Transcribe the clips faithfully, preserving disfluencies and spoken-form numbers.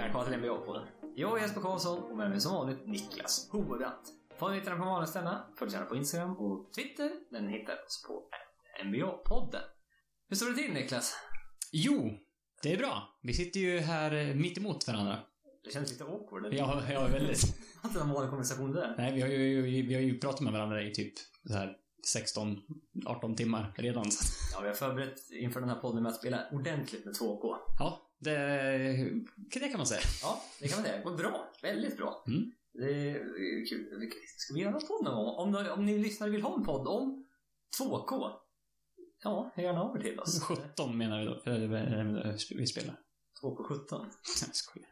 Välkommen till N B A-podden. Jag är Jesper Karlsson och med mig som vanligt Niklas Hovbrant. Får ni hitta den på vanliga ställen, följ gärna på Instagram och Twitter. Den hittar oss på N B A-podden. Hur står det till, Niklas? Jo, det är bra. Vi sitter ju här mitt emot varandra. Det känns lite awkward. Eller? Ja, ja, väldigt. Inte någon vanlig konversation där. Nej, vi har ju, vi har ju pratat med varandra i typ så här sexton arton timmar redan. Ja, vi har förberett inför den här podden med att spela ordentligt med två K. Ja, det, det kan man säga. Ja, det kan man säga. Det går bra. Väldigt bra. Mm. Det är kul. Ska vi göra en podd någon gång? Om, om ni lyssnare vill ha en podd om två K, ja, gärna över till oss. sjutton menar vi då, för vi spelar. två K sjutton? Jag skojar.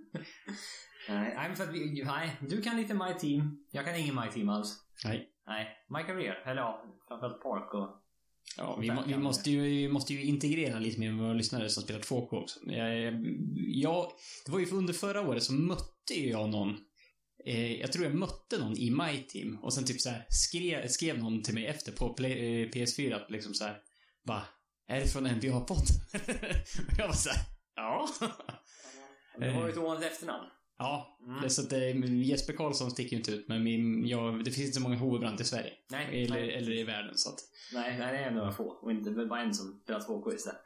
Nej, nej, för att vi, nej, du kan lite My Team. Jag kan ingen My Team alls. Nej. Nej, My Career. Eller ja, framförallt Park och... Ja, vi, må, vi måste, ju, måste ju integrera lite mer med våra lyssnare som spelar två K också. Jag, jag, det var ju för under förra året så mötte jag någon. Eh, jag tror jag mötte någon i My Team. Och sen typ så här skrev, skrev någon till mig efter på Play, eh, P S fyra att liksom så här, va, är det från N B A-podd? Och jag var så här, ja. Det var ju ett ovanligt efternamn. Ja, mm. Det så att det, Jesper Karlsson sticker ju inte ut, men min, jag, det finns inte så många Hovbrant i Sverige. Nej, eller, nej. eller i världen, så att... Nej, nej, det är några få. Och inte bara en som spelar två K istället.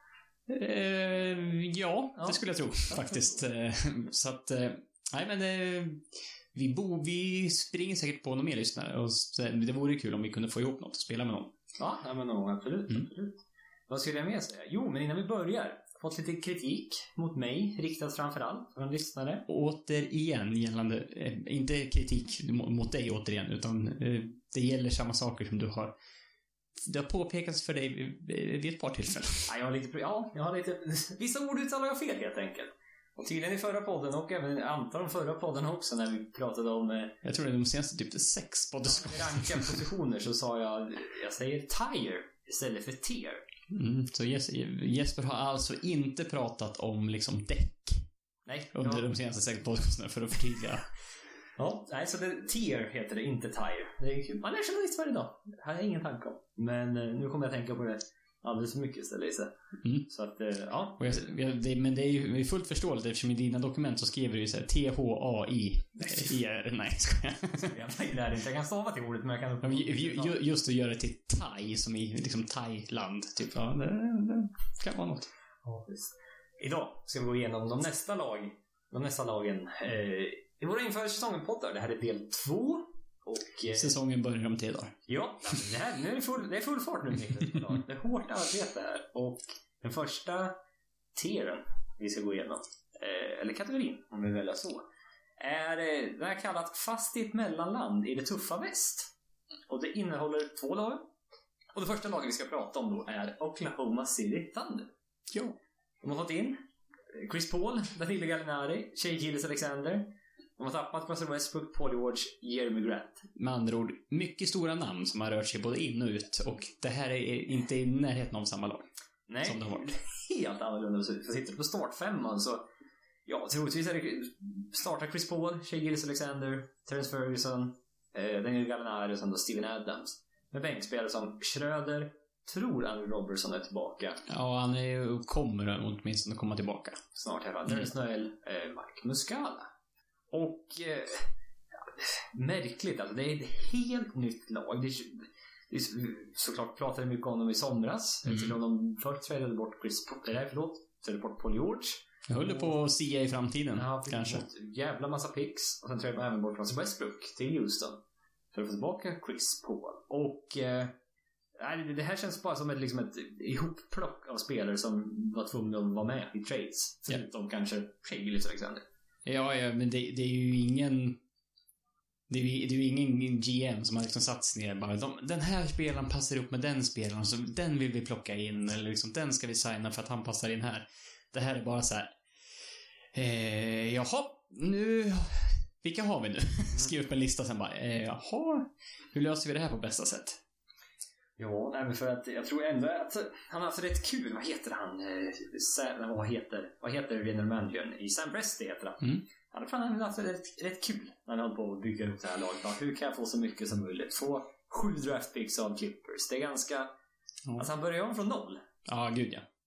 Eh, ja, ja, det skulle jag tro, faktiskt. Så att, nej men eh, vi, bo, vi springer säkert på någon mer lyssnare. Och det vore kul om vi kunde få ihop något och spela med någon. Ja, nej, men no, absolut, mm. absolut. Vad skulle jag med säga? Jo, men innan vi börjar, fått lite kritik mot mig, riktat framförallt från lyssnare. Återigen gällande, eh, inte kritik mot dig återigen, utan eh, det gäller samma saker som du har. Det har påpekats för dig vid ett par tillfällen. Ja, jag har lite, ja, jag har lite, vissa ord uttalar jag fel helt enkelt. Och tydligen i förra podden och även antar de förra podden också när vi pratade om... Eh, jag tror det är de senaste typ sex podden. I ranka positioner så sa jag, jag säger tire istället för tier. Mm, så Jesper har alltså inte pratat om liksom däck. Nej. Under ja. de senaste sex podcasterna för att förtydliga. Ja, nej, så det, tier heter det, inte tire. Det är kul. Man lär sig något varje dag. Det har jag ingen tanke om. Men eh, nu kommer jag tänka på det alldeles för mycket istället. Mm. Så att, eh, ja. Och jag, jag, det, men det är ju fullt förståeligt eftersom i dina dokument så skriver du ju så här T H A I I R. Nej, ska jag. Jag lär inte. Jag kan stava till ordet, men jag kan... Ja, ju, just att göra det till Thai, som i liksom Thailand, typ. Ja, det, det kan vara något. Ja, visst. Idag ska vi gå igenom de nästa lag. De nästa lagen. Eh, I våra inför säsongen-poddar. Det här är del två. Och, eh, säsongen börjar om tio dagar. Ja, det, här, nu är det, full, det är full fart nu. Det är hårt arbete här. Och den första tieren vi ska gå igenom, eh, eller kategorin om vi väljer så, är eh, den här kallat fast i ett mellanland i det tuffa väst. Och det innehåller två lag. Och det första laget vi ska prata om då är Oklahoma City Thunder. Jo. De har fått in Chris Paul, Danilo Gallinari, Shai Gilgeous-Alexander. De har tappat Russell Westbrook, Paul George, Jeremy Grant. Med andra ord, mycket stora namn som har rört sig både in och ut. Och det här är inte i närheten av samma lag. Nej, som det har varit. Helt annorlunda. Så sitter du på startfemman så... Ja, troligtvis är det... Startar Chris Paul, Shai Gilgeous-Alexander, Terrence Ferguson, eh, Danilo Gallinari och sen då Steven Adams. Med bänkspelare som Schröder, tror Andrew Robertson är tillbaka. Ja, han är, kommer åtminstone komma tillbaka. Snart här. Darius mm. Noel, eh, Mark Muscala. Och eh, märkligt alltså, det är ett helt nytt lag. Det är, det är, såklart pratade mycket om dem i somras. Mm. Eftersom de först trädde bort Chris Potter, nej förlåt, trädde bort Paul George. Jag höll på att sia i framtiden, ja, kanske. Jävla massa picks. Och sen trädde man även bort Russell Westbrook till Houston för att få tillbaka Chris Paul. Och eh, nej, det här känns bara som ett, liksom ett ihopplock av spelare som var tvungna att vara med i trades. Förutom yeah. kanske Shai Gilgeous-Alexander. Ja, ja, men det, det är ju ingen det är, det är ju ingen G M som har liksom satt sig ner bara, de, den här spelaren passar upp med den spelaren, så den vill vi plocka in, eller liksom den ska vi signa för att han passar in här. Det här är bara så här eh, jaha, nu vilka har vi nu? Skriv upp en lista sen bara, eh, jaha, hur löser vi det här på bästa sätt? Ja, nej, men för att jag tror ändå att han har haft rätt kul. Vad heter han? Eh, vad heter vad heter general managern i Sam Presti heter han. Mm. Han har fan haft rätt, rätt kul när han höll på att bygga upp det här laget. Ja, hur kan jag få så mycket som möjligt? Få sju draft picks av Clippers. Det är ganska... Mm. Alltså han börjar om från noll. Ja, gud ja.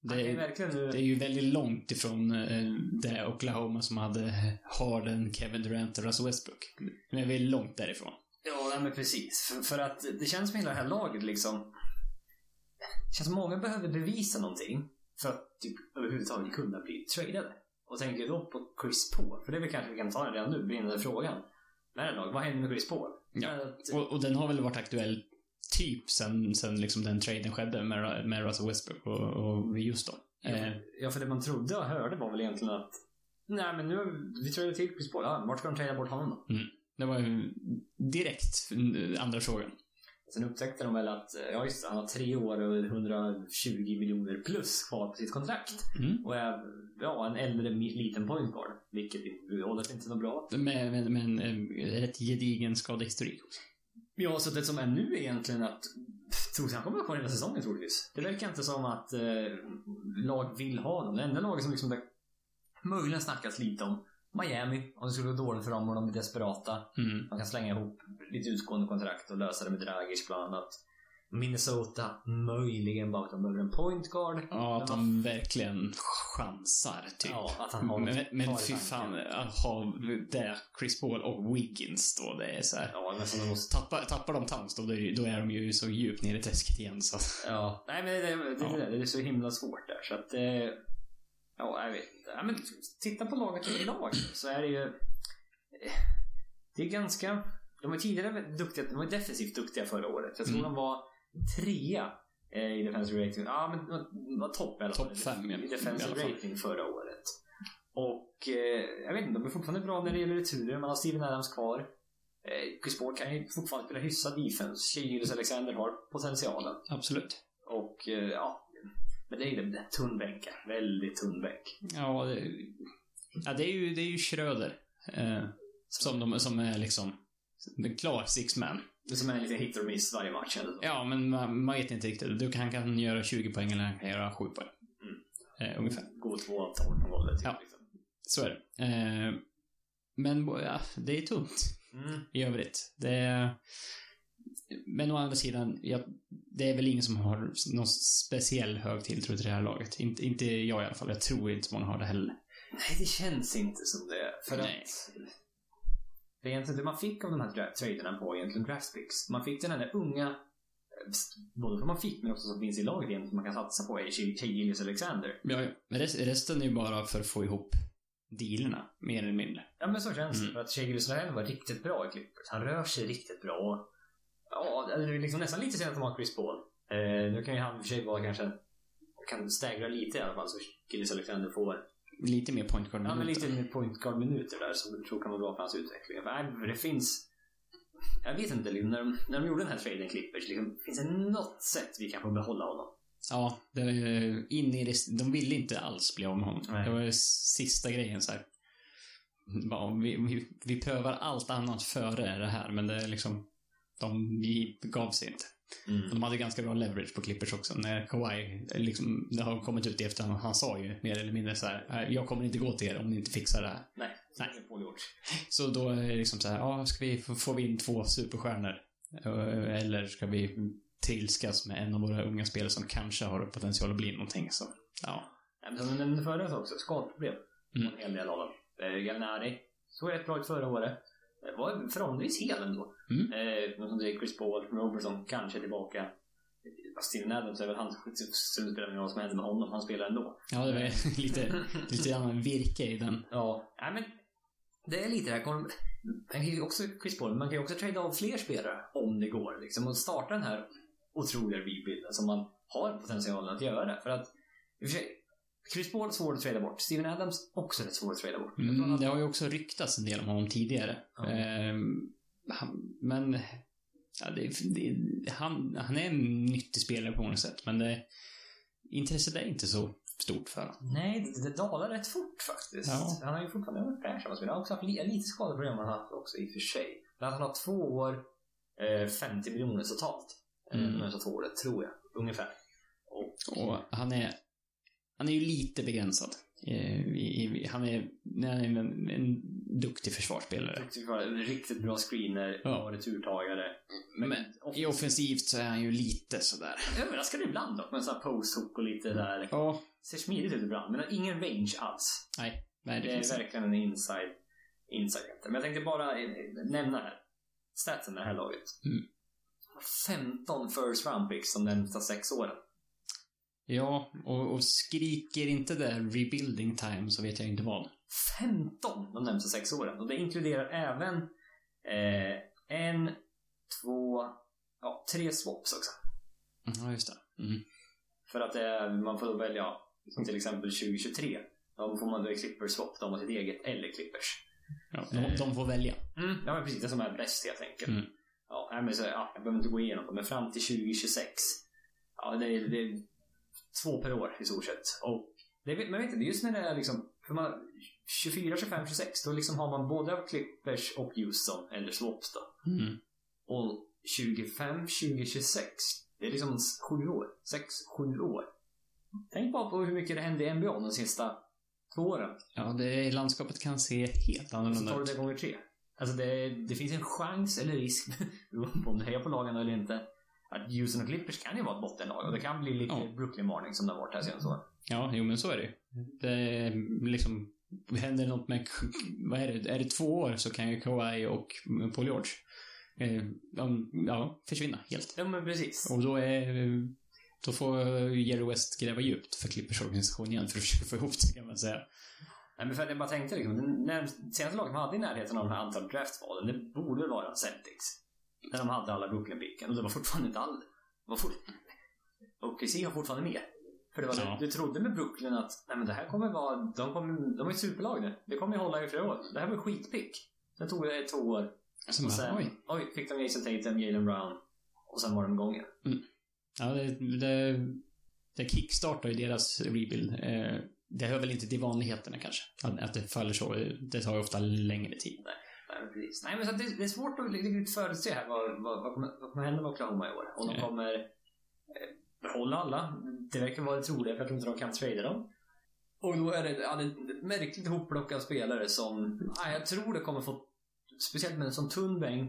Det är, verkligen, det är ju väldigt långt ifrån uh, det Oklahoma som hade Harden, Kevin Durant och Russell Westbrook. Men är väldigt långt därifrån. Ja, men precis. För, för att det känns som hela det här laget liksom... Det känns som många behöver bevisa någonting för att typ överhuvudtaget kunna bli tradade. Och tänker då på Chris Paul. För det är väl kanske vi kan ta den redan nu, brinnande frågan. Men lag, vad händer med Chris Paul? Ja, att, och, och den har väl varit aktuell typ sen, sen liksom den traden skedde med, med Russell Westbrook och, och just då. Ja, för, ja, för det man trodde och hörde var väl egentligen att nej, men nu vi tradade till Chris Paul. Ja, vart ska de trada bort honom då? Mm. Det var ju direkt andra frågan. Sen upptäckte de väl att ja, just, han har tre år och hundratjugo miljoner plus kvar på sitt kontrakt. Mm. Och är ja, en äldre liten point guard. Vilket håller inte så bra. Med, med, med en, en rätt gedigen skadehistorik också. Ja, så det som är nu egentligen att tror han kommer att kvar hela säsongen troligtvis. Det verkar inte som att eh, lag vill ha dem. Det enda laget som liksom det möjligen snackas lite om Miami, om det skulle gå dåligt för dem och de är desperata. Mm. Man kan slänga ihop lite utgående kontrakt och lösa det med Dragic bland annat. Minnesota, möjligen bara att de behöver en point guard. Ja, att de verkligen chansar typ. Ja, att han har men men fy fan, att ha det Chris Paul och Wiggins då, det är så här. Ja, men som de måste... tappar, tappar de Towns då, då är de ju så djupt ner i träsket igen så. Ja, nej men det, det, det, ja. det är så himla svårt där så att eh, ja, jag vet inte. Ja, men titta på laget i lag så är det ju det är ganska de var tidigare duktiga, de var defensivt duktiga förra året. Jag tror mm. de var trea eh, i defensive rating. Ja, men de var topp eller topp fem i defensive i rating förra året. Och eh, jag vet inte, de är fortfarande bra när det gäller returer. Man har Steven Adams kvar. Eh, Chris Paul kan ju fortfarande spela hyfsad defense. Shai Gilgeous-Alexander har potentialen. Absolut. Och eh, ja, men det är ju det tunn bänk. Väldigt tunn bänk. Ja, det, ja, det är ju det är ju Schröder eh, som de som är liksom en klar six man. Det som är en liten hit och miss varje match eller så. Ja, men man, man vet inte riktigt. Du kan, han kan göra tjugo poäng eller han kan göra sju poäng. Mm. Eh, ungefär. Gå två av tolv på golvet. Ja, liksom. Så är det. Eh, men ja, det är tunt mm. i övrigt. Det är, men å andra sidan, ja, det är väl ingen som har någon speciell hög tilltro till det här laget. Inte, inte jag i alla fall. Jag tror inte många har det heller. Nej, det känns inte som det. För Nej. att det är egentligen det man fick av de här traderna på egentligen draft picks. Man fick den här unga, både vad man fick men också som finns i laget egentligen som man kan satsa på är Shai Gilgeous-Alexander. Ja, men resten är ju bara för att få ihop dealerna, mer eller mindre. Ja, men så känns mm. det. För att Shai Gilgeous-Alexander var riktigt bra i Clippers. Han rör sig riktigt bra. Ja, det är liksom nästan lite sen att de har Chris Paul. Eh, nu kan ju han för sig vara kanske kan stägra lite i alla fall så Gilgeous-Alexander får lite mer point guard minuter. Ja, men lite mer point guard minuter där som jag tror kan vara bra för hans utveckling. För det finns jag vet inte, liksom, när, de, när de gjorde den här traden Clippers liksom, finns det något sätt vi kan få behålla honom? Ja, det är in i det, de ville inte alls bli av med honom. Nej. Det var ju sista grejen så här. Ja, vi, vi, vi prövar allt annat före det här, men det är liksom de gav sig inte. Mm. De hade ganska bra leverage på Clippers också. När Kawhi liksom, det har kommit ut efter han, han sa ju mer eller mindre så här: jag kommer inte gå till er om ni inte fixar det här. Nej, Nej. Pågjort. Så då är det liksom så här: ja, ska vi få vi in två superstjärnor? Eller ska vi trilskas med en av våra unga spelare som kanske har potential att bli någonting? Så, ja. Men den förra också, skadproblem. Mm. En hel del av dem. Gallinari såg rätt bra ut förra året. Det var förhållandevis hel ändå. Mm. Eh, någon som säger Chris Paul, Robertson kanske tillbaka. Steven Adams är väl han som spelar med vad som händer med honom. Han spelar ändå. Ja, det var lite, lite annan virke i den. Ja, nej men det är lite det här. Man kan ju också Chris Paul, man kan ju också trada av fler spelare om det går. Liksom, och starta den här otroliga rebuilden som man har potentialen att göra. För att i och för sig, Chris Paul är svår att trada bort. Steven Adams också är svår att trada bort. Mm, att... Det har ju också ryktats en del om honom tidigare. Ja. Ehm, han, men ja, det, det, han, han är en nyttig spelare på något sätt. Men det, intresset är inte så stort för honom. Nej, det, det dalar rätt fort faktiskt. Ja. Han har ju fortfarande varit fräsch. Han har också haft lite skadeproblem han har haft också i och för sig. Men han har två år, eh, femtio miljoner totalt. Mm. Eh, två år, tror jag. Ungefär. Och, och han är han är ju lite begränsad. Eh, i, i, han är, han är en, en duktig försvarsspelare. Duktig för, riktigt bra screener Ja. och returtagare. Men, men i offensivt så är han ju lite sådär. Överraskar det ibland dock med en sån här post-hook och lite där. Ja. Ser smidigt ut ibland, men ingen range alls. Nej, nej det, Det finns är inte. verkligen en inside, inside. Men jag tänkte bara eh, nämna här. Statsen med det här laget. Mm. femton first round picks de närmsta sex åren. Ja, och, och skriker inte där rebuilding time så vet jag inte vad. femton de närmsta sex åren. Och det inkluderar även eh, en, två, ja, tre swaps också. Ja, just det. Mm. För att eh, man får då välja, som till exempel tjugo tjugotre. Då får man då Clippers swap, de har sitt eget eller Clippers. Ja, de, de får välja. Mm, ja, men precis. Det som är bäst helt enkelt. Mm. Ja, nej, men så, ja, jag behöver inte gå igenom det, men fram till tjugo tjugosex. Ja, det är, det är två per år i stort sett. Och det, men vet du, just när det är liksom, för man, tjugofyra, tjugofem, tjugosex, då liksom har man både av Clippers och Houston, eller swaps då. Mm. Och tjugofem, tjugo, tjugosex, det är liksom sju år. Sex, sju år. Tänk bara på hur mycket det hände i N B A de sista två åren. Ja, det landskapet kan se helt Så annorlunda tar du ut. det gånger tre. Alltså det, det finns en chans eller risk, beroende på om du hejar på lagen eller inte, att Houston och Clippers kan ju vara ett bottenlag. Och det kan bli lite Ja. Brooklyn-varning som det har varit här sedan så. Ja, jo men så är det ju. Det är liksom, händer något med, vad är det, är det två år så kan ju Kawhi och Paul George eh, de, ja, försvinna helt. Ja, men precis. Och då är, då får Jerry West gräva djupt för Clippers organisation igen för att försöka få ihop det, kan man säga. Nej, men för att jag bara tänkte liksom, den när- senaste laget man hade i närheten av de här antal draftvalen, det borde vara Celtics. När de hade alla Brooklyn-picken. Och det var fortfarande inte all. Det var fort... Och K C har fortfarande med. För det var Ja. det, du trodde med Brooklyn att nej, men det här kommer vara, de, kommer, de är ett superlag nu. Det kommer ju hålla i flera år. Det här var skitpick. Sen tog det två år. Alltså, Och bara, sen, oj. oj. fick de Jason Tatum, Jaylen Brown. Och sen var de igång igen. Ja, det, det, det kickstartar ju deras rebuild. Eh, det hör väl inte till vanligheterna kanske. Att, att det faller så. Det tar ju ofta längre tid. Nej, men precis. Nej, men så att det, det är svårt att riktigt förutse här vad, vad, vad, kommer, vad kommer hända med Oklahoma i år. Om de Nej. kommer eh, behålla alla. Det verkar vara det troliga, för jag tror inte de kan trada dem. Och då är det, ja, det är ett märkligt hopplock av spelare som, ja, jag tror det kommer få, speciellt med en sån tunn bänk,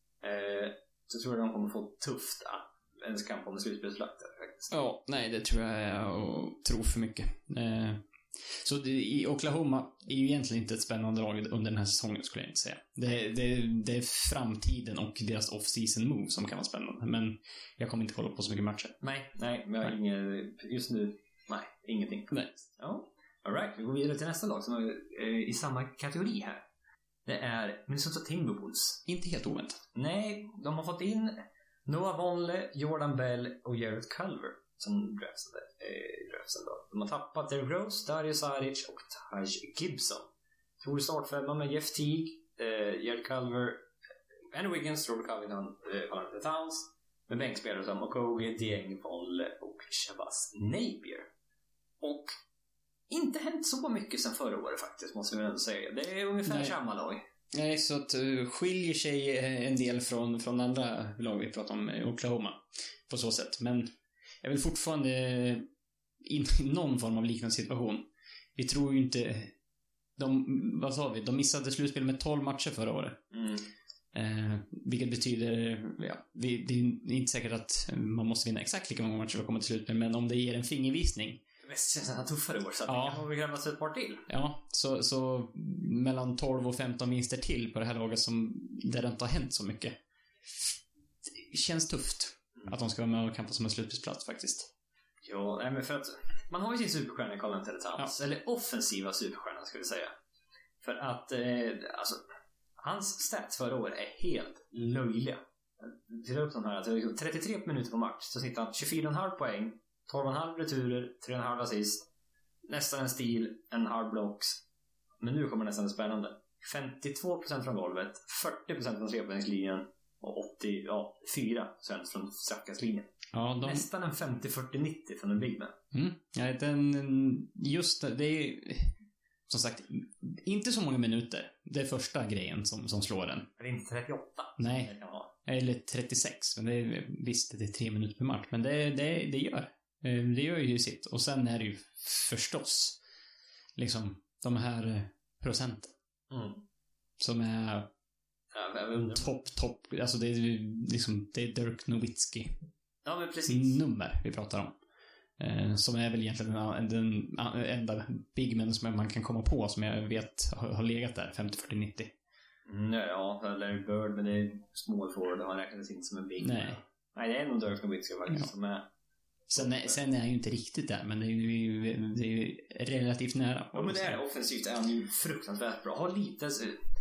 eh, så tror jag de kommer få tufft att ens kamp om slutspelslakter faktiskt. Ja, nej, det tror jag är att tro för mycket. Eh, så det, i Oklahoma är ju egentligen inte ett spännande lag under den här säsongen, skulle jag inte säga. Det, det, det är framtiden och deras off-season move som kan vara spännande. Men jag kommer inte kolla på så mycket matcher. Nej, nej, men jag har ingen, just nu, nej, ingenting. Nej. Ja, all right, vi går vidare till nästa lag som är eh, i samma kategori här. Det är Minnesota Timberwolves. Inte helt oväntat. Nej, de har fått in Noah Vonleh, Jordan Bell och Jared Culver som draftade, eh, draftade då. De har tappat Derrick Rose, Dario Saric och Taj Gibson. Tror du startfemman med Jeff Teague, eh, Jared Culver, Andrew Wiggins, Robert Covington, eh, Carl Towns. Med bänkspelare som Okogie, Dieng, Vonleh och Shabazz Napier. Och inte hänt så mycket sen förra året faktiskt, måste vi ändå säga. Det är ungefär Nej. samma lag. Nej, så att uh, skiljer sig eh, en del från, från andra lag vi pratar om i Oklahoma. På så sätt. Men jag vill fortfarande eh, in i någon form av liknande situation. Vi tror ju inte... De, vad sa vi? De missade slutspel med tolv matcher förra året. Mm. Eh, vilket betyder, ja, vi, det är inte säkert att man måste vinna exakt lika många matcher för att komma till slutspel, men om det ger en fingervisning. Det känns nästan tuffare år, så att Ja. det kan nog krävas ett par till. Ja, så, så mellan tolv och femton vinster till på det här laget som, där det inte har hänt så mycket. Det känns tufft att de ska vara med och kampa som en slutspelsplats faktiskt. Ja, nej, men för att man har ju sin superstjärna i Carl Anthony Towns, Ja. eller offensiva superstjärna skulle vi säga. För att, eh, alltså, hans stats förra året är helt löjliga. Jag tittar upp de här, alltså, liksom trettiotre minuter på match, så snittar han tjugofyra komma fem poäng, tolv komma fem returer, tre komma fem assist, nästan en steal, en halv blocks. Men nu kommer nästan det spännande. femtiotvå procent från golvet, fyrtio procent från trepoängslinjen och åttiofyra procent från straffkastlinjen. Ja, de... Nästan en femtio fyrtio nittio från en big man. Mm. Ja, den, just det, det är som sagt inte så många minuter. Det är första grejen som, som slår den. Det är inte trettioåtta. Nej. Det kan vara. Eller trettiosex, men det är, visst det är tre minuter per match, men det, det, det gör. Det gör ju sitt. Och sen är det ju förstås liksom de här procenten. Mm. Som är ja, topp, topp. Alltså det är liksom, det är Dirk Nowitzki. Ja, men precis. Nummer vi pratar om. Eh, som är väl egentligen den, den enda bigmen som man kan komma på som jag vet har, har legat där, femtio fyrtio nittio. Mm, ja, Larry Bird, men det är small forward och han räknas inte som en big. Nej. Nej, det är nog Dirk Nowitzki faktiskt ja. som är... Sen är, sen är han ju inte riktigt där, men det är ju, det är ju relativt nära. Ja, men det är offensivt är han ju fruktansvärt bra. Har lite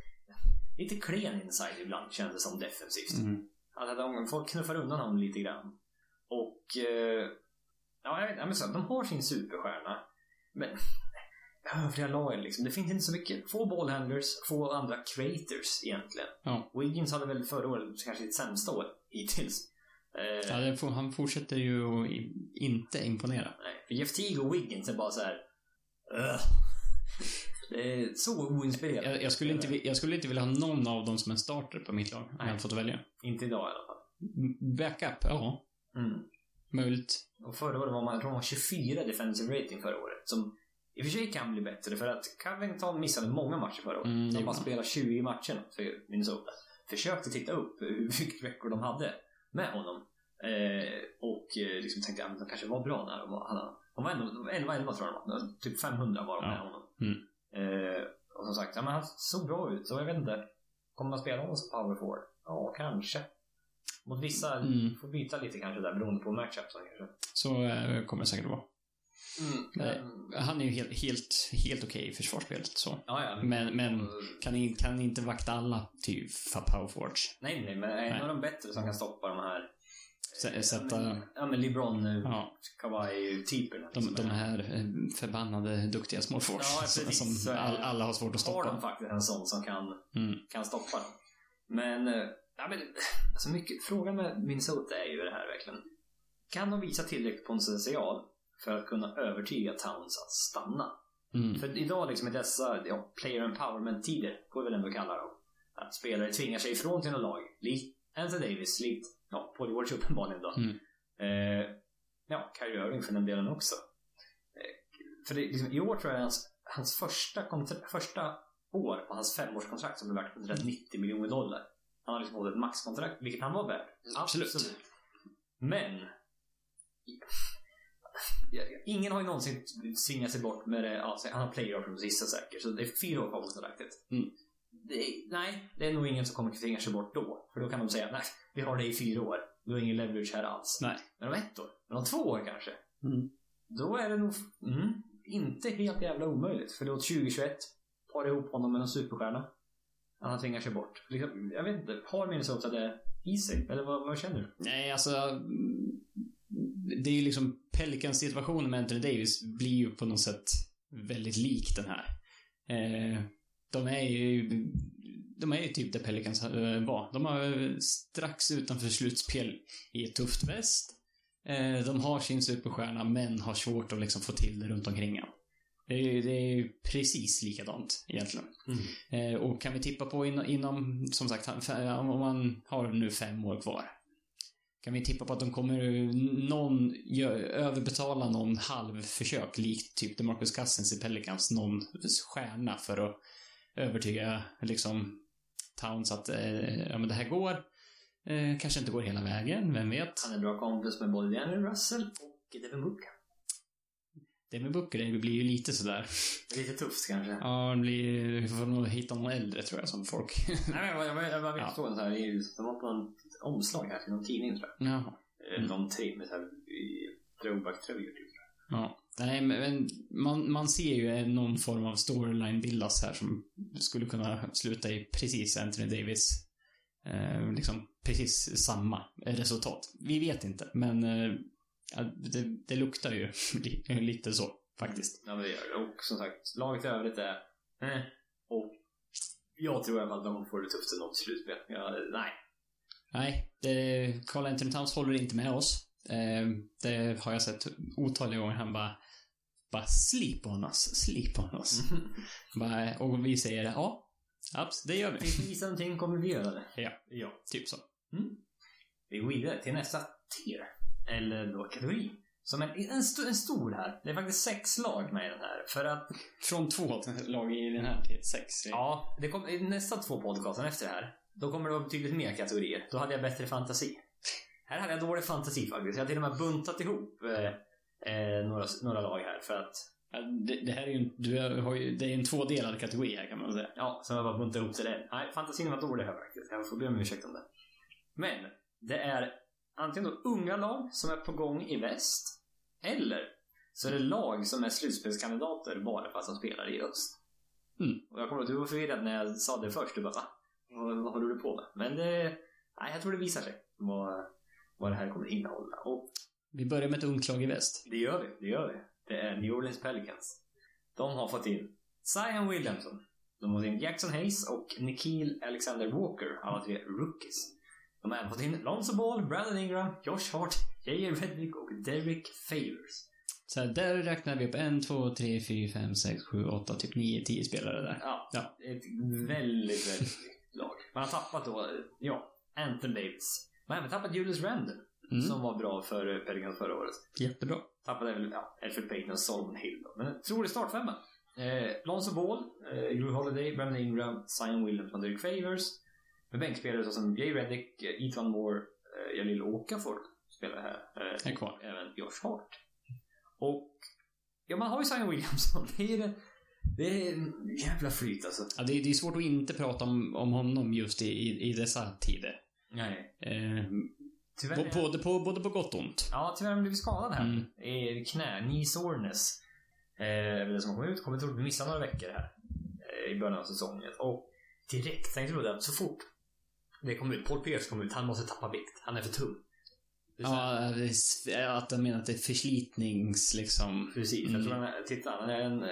lite klen inside ibland, kändes som defensivt. Mm. Alltså, de, folk knuffar undan honom lite grann. Och eh, ja, jag vet, men så, de har sin superstjärna. Men övriga lagen liksom, det finns inte så mycket. Få ballhandlers, få andra creators egentligen. Ja. Wiggins hade väl förra året kanske sitt sämsta år hittills. Ja, det får, han fortsätter ju att inte imponera. Nej, för Jeff Teague och Wiggins är bara så här. Uh, det är så oinspirerande. Jag, jag, skulle inte, jag skulle inte vilja ha någon av dem som en starter på mitt lag. Om jag hade fått välja. Inte idag i alla fall. Backup, ja. Mm. Möjligt. Och förra året var man, jag tror man var tjugofyra defensive rating förra året. Som i och för sig kan bli bättre. För att Covington missade många matcher förra året. Mm, de bara spelade tjugo matcher för Minnesota. Försökte titta upp vilka veckor de hade med honom. Eh, och eh, liksom tänkte att de kanske var bra när de var, han, de var ändå, elva elva tror jag de var, typ femhundra var de med ja. honom. Mm. Eh, och som sagt, ja, men han såg bra ut, så jag vet inte, kommer man spela honom som power forward? Ja, kanske. Mot vissa mm. får byta lite kanske där beroende på matchups kanske. Så eh, kommer det säkert vara. Mm. Men, han är ju helt, helt, helt okej okay i försvarsspelet så. Ja, ja. Men, men kan, kan inte vakta alla typ för power forwards. Nej, nej, men en nej. av de bättre som kan stoppa de här sätta... Ja, men, ja, men LeBron, ja. Kawhi-typerna. De, de här förbannade duktiga small forwards. Ja, precis. Som all, alla har svårt att stoppa. Har de faktiskt en sån som kan, mm. kan stoppa dem. Men, ja, men alltså mycket, frågan med Minnesota är ju det här verkligen. Kan de visa tillräckligt potential för att kunna övertyga Towns att stanna? Mm. För idag liksom i dessa ja, player empowerment-tider, får vi väl ändå kalla dem. Att spelare tvingar sig ifrån till någon lag. Likt Anthony Davis, likt ja, Paul George uppenbarligen då. Mm. Eh, ja, Kyrie Irving för den delen också. Eh, för det, liksom, i år tror jag hans, hans första, kontra- första år på hans femårskontrakt som är värt etthundranittio miljoner dollar. Han har liksom fått ett maxkontrakt, vilket han var värd. Absolut. Absolut. Men ingen har ju någonsin svingat sig bort med det. Ja, han har player på sista säkert. Så det är fyra år på kontraktet. Mm. Det, nej, det är nog ingen som kommer att tvinga sig bort då. För då kan de säga, nej, vi har det i fyra år. Du har ingen leverage här alls. Nej. Men om ett år, men om två år kanske. Mm. Då är det nog mm, inte helt jävla omöjligt. För då tjugo tjugoett par ihop honom med en superstjärna. Han tvingar sig bort. Liksom, jag vet inte, har Minnesota det i sig? Eller vad, vad känner du? Nej, alltså det är ju liksom Pelicans situation med Anthony Davis blir ju på något sätt väldigt lik den här. Eh, de är ju de är ju typ där Pelicans var. De har strax utanför slutspel i ett tufft väst. Eh, de har sin superstjärna men har svårt att liksom få till det runt omkring han. Det är ju, det är ju precis likadant egentligen. Mm. Eh, och kan vi tippa på in, inom, som sagt, om man har nu fem år kvar. Kan vi tippa på att de kommer någon gör, överbetala någon halvförsök likt typ DeMarcus Cousins i Pelicans, någon stjärna för att övertyga liksom Towns att eh, ja, men det här går. Eh, kanske inte går hela vägen, vem vet. Han är bra kompis med både Daniel Russell och Devin Booker. Devin Booker det blir ju lite sådär. Lite tufft kanske. Ja, det blir, vi får nog hitta någon äldre tror jag som folk. Nej, men jag, jag, jag bara vet så här, det var på en omslag här till någon tidning tror jag. Jaha. Mm. De tre med så här throwback-tröjor typ. Ja. Nej, men man, man ser ju någon form av storyline bildas här som skulle kunna sluta i precis Anthony Davis eh, liksom precis samma resultat. Vi vet inte, men eh, det, det luktar ju lite så faktiskt. Ja, men det gör det. Och som sagt, laget i övrigt är eh, och jag tror i alla fall att de får det tufft i något slutspel. Ja, nej. Nej, det, Carl Anthony Towns håller inte med oss. Eh, det har jag sett otaliga gånger. Han bara bara sleep on us, sleep on us. Mm. Bara, och vi säger ja, abs, det gör vi. Finns det visa någonting kommer vi göra det. Ja, ja, typ så. Mm. Vi går vidare till nästa tier. Eller då kategori. som en, en, st- en stor här. Det är faktiskt sex lag med i den här. För att... Från två lag i den här till sex. Ja, det kom, i nästa två podcasten efter det här. Då kommer det vara betydligt mer kategorier. Då hade jag bättre fantasi. Här hade jag dålig fantasi faktiskt. Jag har till och med buntat ihop eh, eh, några, några lag här för att... Ja, det, det här är ju en, du har ju, det är en tvådelad kategori här kan man säga. Ja, så jag bara buntat ihop till det. Nej, fantasin var dålig här faktiskt. Jag får be om ursäkt om det. Men det är antingen då unga lag som är på gång i väst. Eller så är det lag som är slutspelskandidater bara fast de spelar i öst. Mm. Och jag kommer att du var förvirrad när jag sa det först. Du bara, va? Vad, vad håller du på med? Men det... Nej, jag tror det visar sig vad, vad det här kommer innehålla. Och vi börjar med ett ungt lag i väst. det gör vi, det gör vi. Det är New Orleans Pelicans. De har fått in Zion Williamson. De har fått in Jackson Hayes och Nickeil Alexander-Walker. Alla tre rookies. De har även fått in Lonzo Ball, Brandon Ingram, Josh Hart, J J Redick och Derek Favors. Så där räknar vi upp en, två, tre, fyra, fem, sex, sju, åtta, typ nio, tio spelare där. Ja, ja. Ett väldigt, väldigt lag. Man har tappat då, ja, Anthony Davis. Man har även tappat Julius Randle. Mm. Som var bra för Pelicans förra året. Jättebra. Tappade väl, ja, Elfrid Payton och Solomon Hill då. Men trolig startfemma. Eh, Lonzo Ball, eh, Drew Holiday, Brandon Ingram, Zion Williamson, Derek Favors. Med bänkspelare som Jay Redick, eh, Ethan Moore, eh, Jalil Okafor spelar här. Eh, är kvar. Även Josh Hart. Och ja, man har ju Zion Williamson. Det är det. Det är en jävla flyt alltså. Ja, det är, det är svårt att inte prata om, om honom just i, i, i dessa tider. Nej. Eh, Tyvärr är... både, på, både på gott och ont. Ja, tyvärr har han blivit skadad här. Mm. I knä, knee soreness. Eh, det som kommer ut, kommer troligen missa några veckor här. Eh, I början av säsongen. Och direkt tänkte jag att så fort det kommer ut, Paul Pierce kommer ut, han måste tappa vikt. Han är för tung. Ja, att jag menar att det är förslitnings liksom. Precis, mm. jag tror han är, titta, han är en... Eh,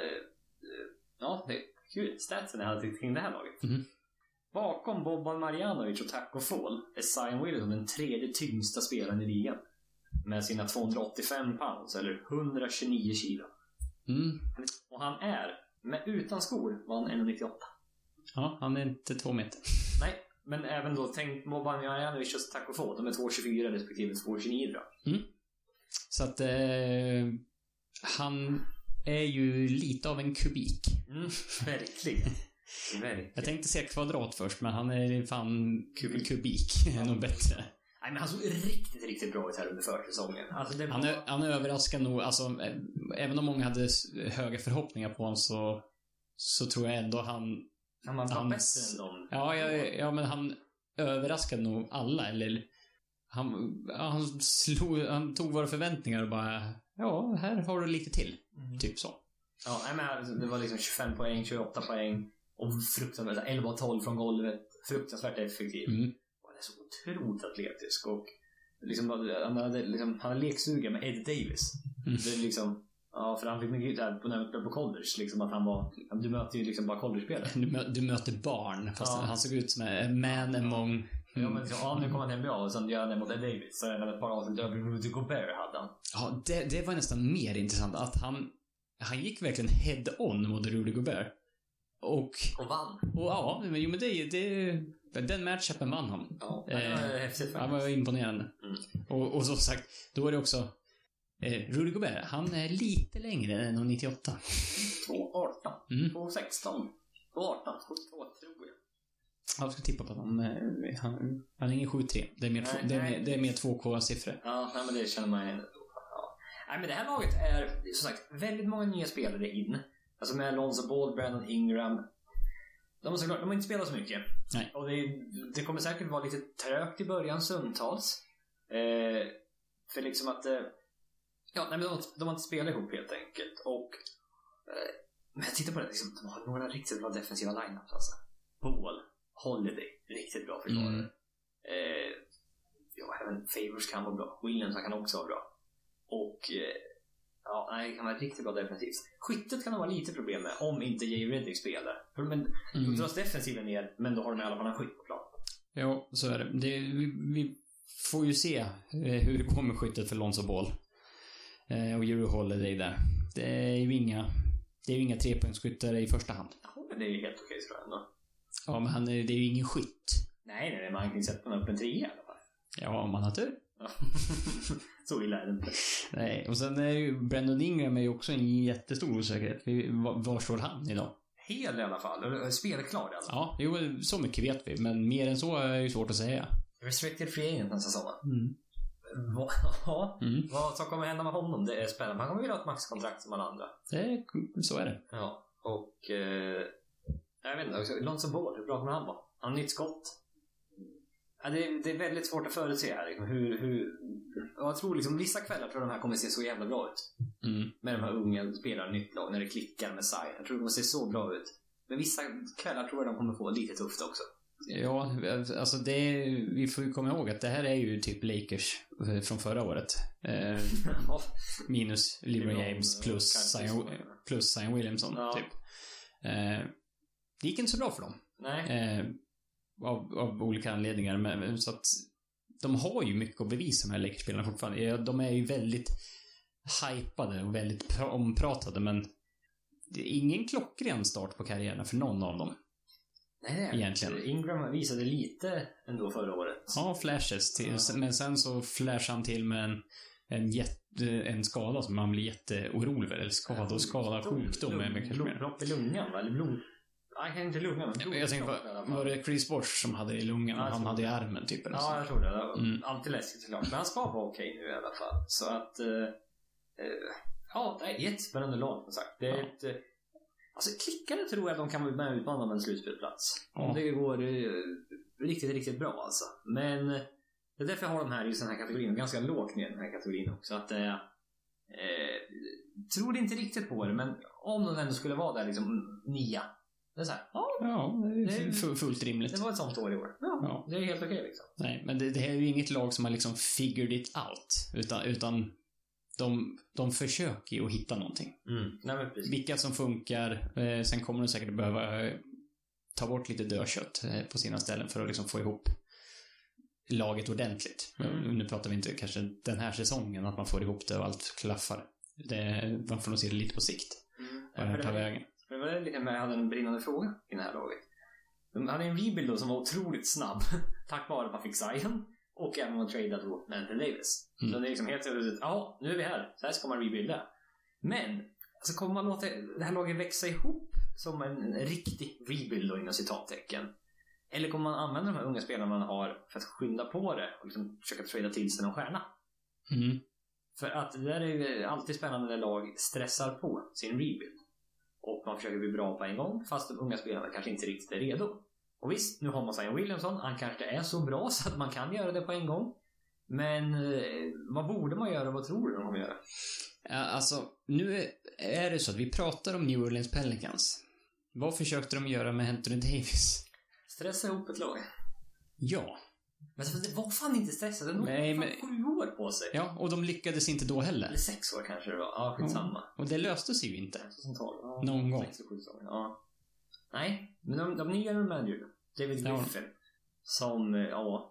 ja, det är kul. Statsen jag hade kring det här laget. Mm. Bakom Boban Marjanovic och Taco Fall är Zion Williamson den tredje tyngsta spelaren i ligan. Med sina tvåhundraåttiofem pounds, eller hundratjugonio kilo. Mm. Och han är, med utan skor, var han en komma nittioåtta. Ja, han är inte två meter. Nej, men även då, tänk Boban Marjanovic och Taco Fall. De är två komma tjugofyra respektive två komma tjugonio då. Mm. Så att eh, han är ju lite av en kubik. Mm, verkligen. Verkligen. Jag tänkte säga kvadrat först, men han är fan kubik. kubik. Ja. Nog bättre. Nej, men han såg riktigt, riktigt bra ut här under försäsongen. Alltså, det var... han, är, han är överraskad nog. Alltså, även om många hade höga förhoppningar på honom så, så tror jag ändå han... Han var han, bättre än dem. Ja, ja, ja, men han överraskade nog alla. Eller han, han, slog, han tog våra förväntningar och bara... Ja, här har du lite till. Mm. Typ så. Ja, nej, men det var liksom tjugofem poäng, tjugoåtta poäng. Och fruktansvärt, elva tolv från golvet. Fruktansvärt effektiv. Mm. Och han är så otroligt atletisk. Och liksom, han hade, liksom, han hade leksuga med Ed Davis. Mm. Det är liksom... Ja, för han fick mycket där på, när på college. Liksom att han var... Du möter ju liksom bara college-spelare. Du, mö, du möter barn. Fast ja. Han såg ut som en man among... Mm. Ja, men liksom, ja, nu kommer han till N B A och sen gör han det mot Ed Davis. Så är det ett par avsnitt över Rudy Gobert hade han. Ja, det, det var nästan mer intressant. Att han... Han gick verkligen head-on mot Rudy Gobert. Och... Och vann. Och ja, men, jo, men det, det, den matchupen vann han. Ja, det var eh, häftigt faktiskt. Han var imponerande. Mm. Och, och som sagt, då är det också... Eh, Rudy Gobert, han är lite längre än en komma nittioåtta. två komma arton. Mm. två komma sexton. två komma arton. två komma två tror jag. Jag ska tippa på att han, han, han är ingen sju komma tre. Det är mer, nej, det är mer, det är mer två K-siffror. Ja, nej, men det känner man ju. Ja. Nej, men det här laget är, som sagt, väldigt många nya spelare in. Alltså med Lonzo Ball, Brandon Ingram. De har såklart, de har inte spelat så mycket. Nej. Och det, det kommer säkert vara lite trögt i början, stundtals. Eh, för liksom att... Eh, ja, nej, men de, de har inte spelat ihop helt enkelt. Och... Eh, men jag tittar på det, liksom, de har några riktigt bra defensiva line-ups alltså. Ball, Holiday, riktigt bra försvarare. Mm. Eh, ja, även Favors kan vara bra. Williams kan också vara bra. Och... Eh, ja, nej, det kan vara riktigt bra defensivt. Skyttet kan det vara lite problem med om inte Jay Redick spelar. Men mm. då dras defensiven ner, men då har de i alla fall en skytt på plan. Ja, så är det. det vi, vi får ju se hur det går med skyttet för Lonzo Ball. Eh, och Drew Holiday där. Det är ju inga, det är ju inga trepoängsskyttar i första hand. Ja, men det är ju helt okej tror jag ändå. Ja, men han, det är ju ingen skytt. Nej, nej, nej, man kan ju sätta honom upp en trea i alla fall. Ja, om man har tur. Så illa är det inte. Nej, och sen är ju Brandon Ingram är ju också en jättestor osäkerhet. Var, var står han idag? Hel i alla fall. Spelklar alltså. Ja, jo, så mycket vet vi. Men mer än så är ju svårt att säga. Restricted free agent nästa sommar. Mm. Va, ja, Mm. vad som kommer hända med honom, det är spännande. Han kommer vilja ha ett maxkontrakt som alla andra. Det, så är det. Ja, och eh, jag vet inte, Lonzo Ball, hur bra kommer han vara? Han har nytt skott. Ja, det, är, det är väldigt svårt att förutse här. Liksom, hur, hur, jag tror liksom, vissa kvällar tror jag de här kommer se så jävla bra ut. Mm. Med de här unga spelarna, nytt lag, när det klickar med Zion. Jag tror de kommer se så bra ut. Men vissa kvällar tror jag de kommer få lite tufft också. Ja, alltså det, vi får ju komma ihåg att det här är ju typ Lakers från förra året. Eh, minus LeBron James plus Zion, plus Zion Williamson, ja. Typ. Eh, det gick inte så bra för dem. Nej. Eh, av, av olika anledningar. Men, så att de har ju mycket att bevisa, de här Lakers-spelarna fortfarande. De är ju väldigt hypade och väldigt pr- ompratade, men det är ingen klockren start på karriären för någon av dem. Nej, det är egentligen. Ingram visade lite ändå förra året. Ja, flashes till, ja. Men sen så flashade han till med en, en, jätte, en skada som man blir jätteorolig för. Eller skada och skada, sjukdom är mycket mer. Blod i lungan, eller blod... Nej, kan inte lungan. Men jag tänkte, var, var det Chris Bosh som hade i lungan? Ja, han hade i armen typ. Eller ja, så. Jag tror det. det var mm. Alltid läskigt såklart. Men han ska vara okej nu i alla fall. Så att... Eh, eh, ja, det är ett jättespännande lag, som sagt. Det är ja. ett... Eh, alltså, klickare tror jag de kan vara med och utmana med en slutspelplats. Ja. Om det går eh, riktigt, riktigt bra alltså. Men eh, det är därför jag har de här just den här kategorin. Ganska lågt ner den här kategorin också. Att eh, eh, tror det inte riktigt på det. Men om de ändå skulle vara där liksom nia. Det är så här, ja, ja, det är fullt rimligt. Det var ett sånt år i år. Ja, ja. Det är helt okej liksom. Nej, men det, det här är ju inget lag som har liksom figured it out. Utan, utan de, de försöker ju att hitta någonting. Mm. Nej, men precis. Vilka som funkar. Eh, sen kommer de säkert behöva eh, ta bort lite dödkött eh, på sina ställen för att liksom få ihop laget ordentligt. Mm. Nu pratar vi inte kanske den här säsongen att man får ihop det och allt klaffar. Det, man får nog se det lite på sikt. Mm. Vad det tar vägen. Det var lite med, jag hade en brinnande fråga i det här laget. De hade en rebuild då som var otroligt snabb. Tack vare att man fick Zion. Och även man tradade då med Anthony Davis. Mm. Så det är liksom helt enkelt, ja, nu är vi här. Så här ska man rebuilda. Men, alltså kommer man låta det här laget växa ihop som en, en riktig rebuild då, inom citattecken? Eller kommer man använda de här unga spelarna man har för att skynda på det och liksom försöka trada till sig någon stjärna? Mm. För att det där är ju alltid spännande när lag stressar på sin rebuild. Och man försöker bli bra på en gång, fast de unga spelarna kanske inte riktigt är redo. Och visst, nu har man Zion Williamson. Han kanske är så bra så att man kan göra det på en gång. Men eh, vad borde man göra och vad tror du de kommer göra? Ja, alltså, nu är det så att vi pratar om New Orleans Pelicans. Vad försökte de göra med Anthony Davis? Stressa ihop ett lag. Ja. Men det var fan inte stressat. De Nej, har men... sju år på sig. Ja, och de lyckades inte då heller. Eller sex år kanske det var. Ja, skitsamma. Ja. Och det löste sig ju inte. Ja, någon gång. Ja. Nej, men de, de nya manager David Griffin ja. Som, ja,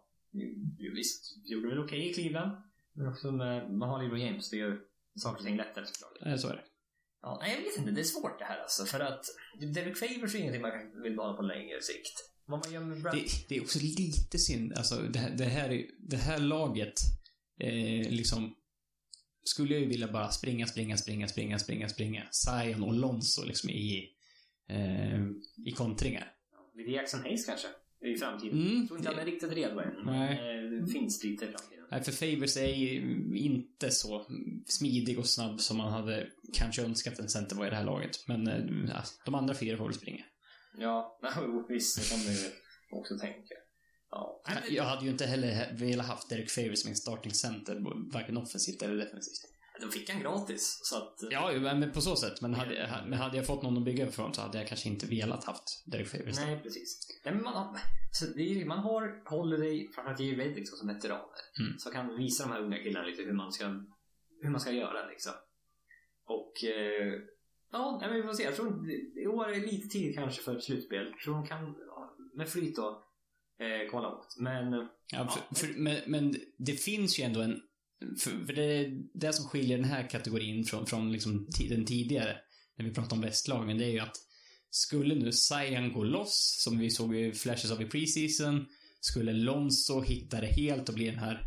visst gjorde väl okej okay i Cleveland. Men också med, man har LeBron James, det gör saker och ting lättare såklart. Ja, så är det. Ja, nej, jag vet inte, det är svårt det här alltså. För att Derek Favors är ingenting man vill vara på längre sikt. Vad man gör med Brad... det, det är också lite synd. Alltså, det, här, det, här, det här laget eh, liksom skulle jag ju vilja bara springa, springa, springa, springa, springa, springa. Zion och Lonzo liksom i eh, i kontringar. Vid Jackson Hayes kanske i framtiden. Mm, jag tror inte han är riktigt redo än. Nej. Det finns lite i framtiden. Nej, för Favors är ju inte så smidig och snabb som man hade kanske önskat en center var i det här laget. Men ja, de andra fyra får väl springa. Ja, visst, det kan man ju också tänka. Ja. Jag hade ju inte heller velat haft Derek Favors som en starting center, varken offensivt eller defensivt. De fick han gratis, så att... Ja, men på så sätt. Men hade, men hade jag fått någon att bygga ifrån så hade jag kanske inte velat haft Derek Favors. Nej, precis. Nej, men man har, så det är, man har Holiday, framförallt J J liksom, som veteraner. Mm. Så kan visa de här unga killarna lite hur man ska, hur man ska göra, liksom. Och... Eh, ja, men vi får se. Jag tror i år är lite tid kanske för ett slutspel. Jag tror de kan med flyt då eh, kolla åt. Men... Ja, för, ja. För, men, men det finns ju ändå en... För, för det, det som skiljer den här kategorin från, från liksom den tidigare, när vi pratar om västlagen, det är ju att skulle nu Zion gå loss, som vi såg i flashes av i preseason, skulle Lonzo hitta det helt och bli den här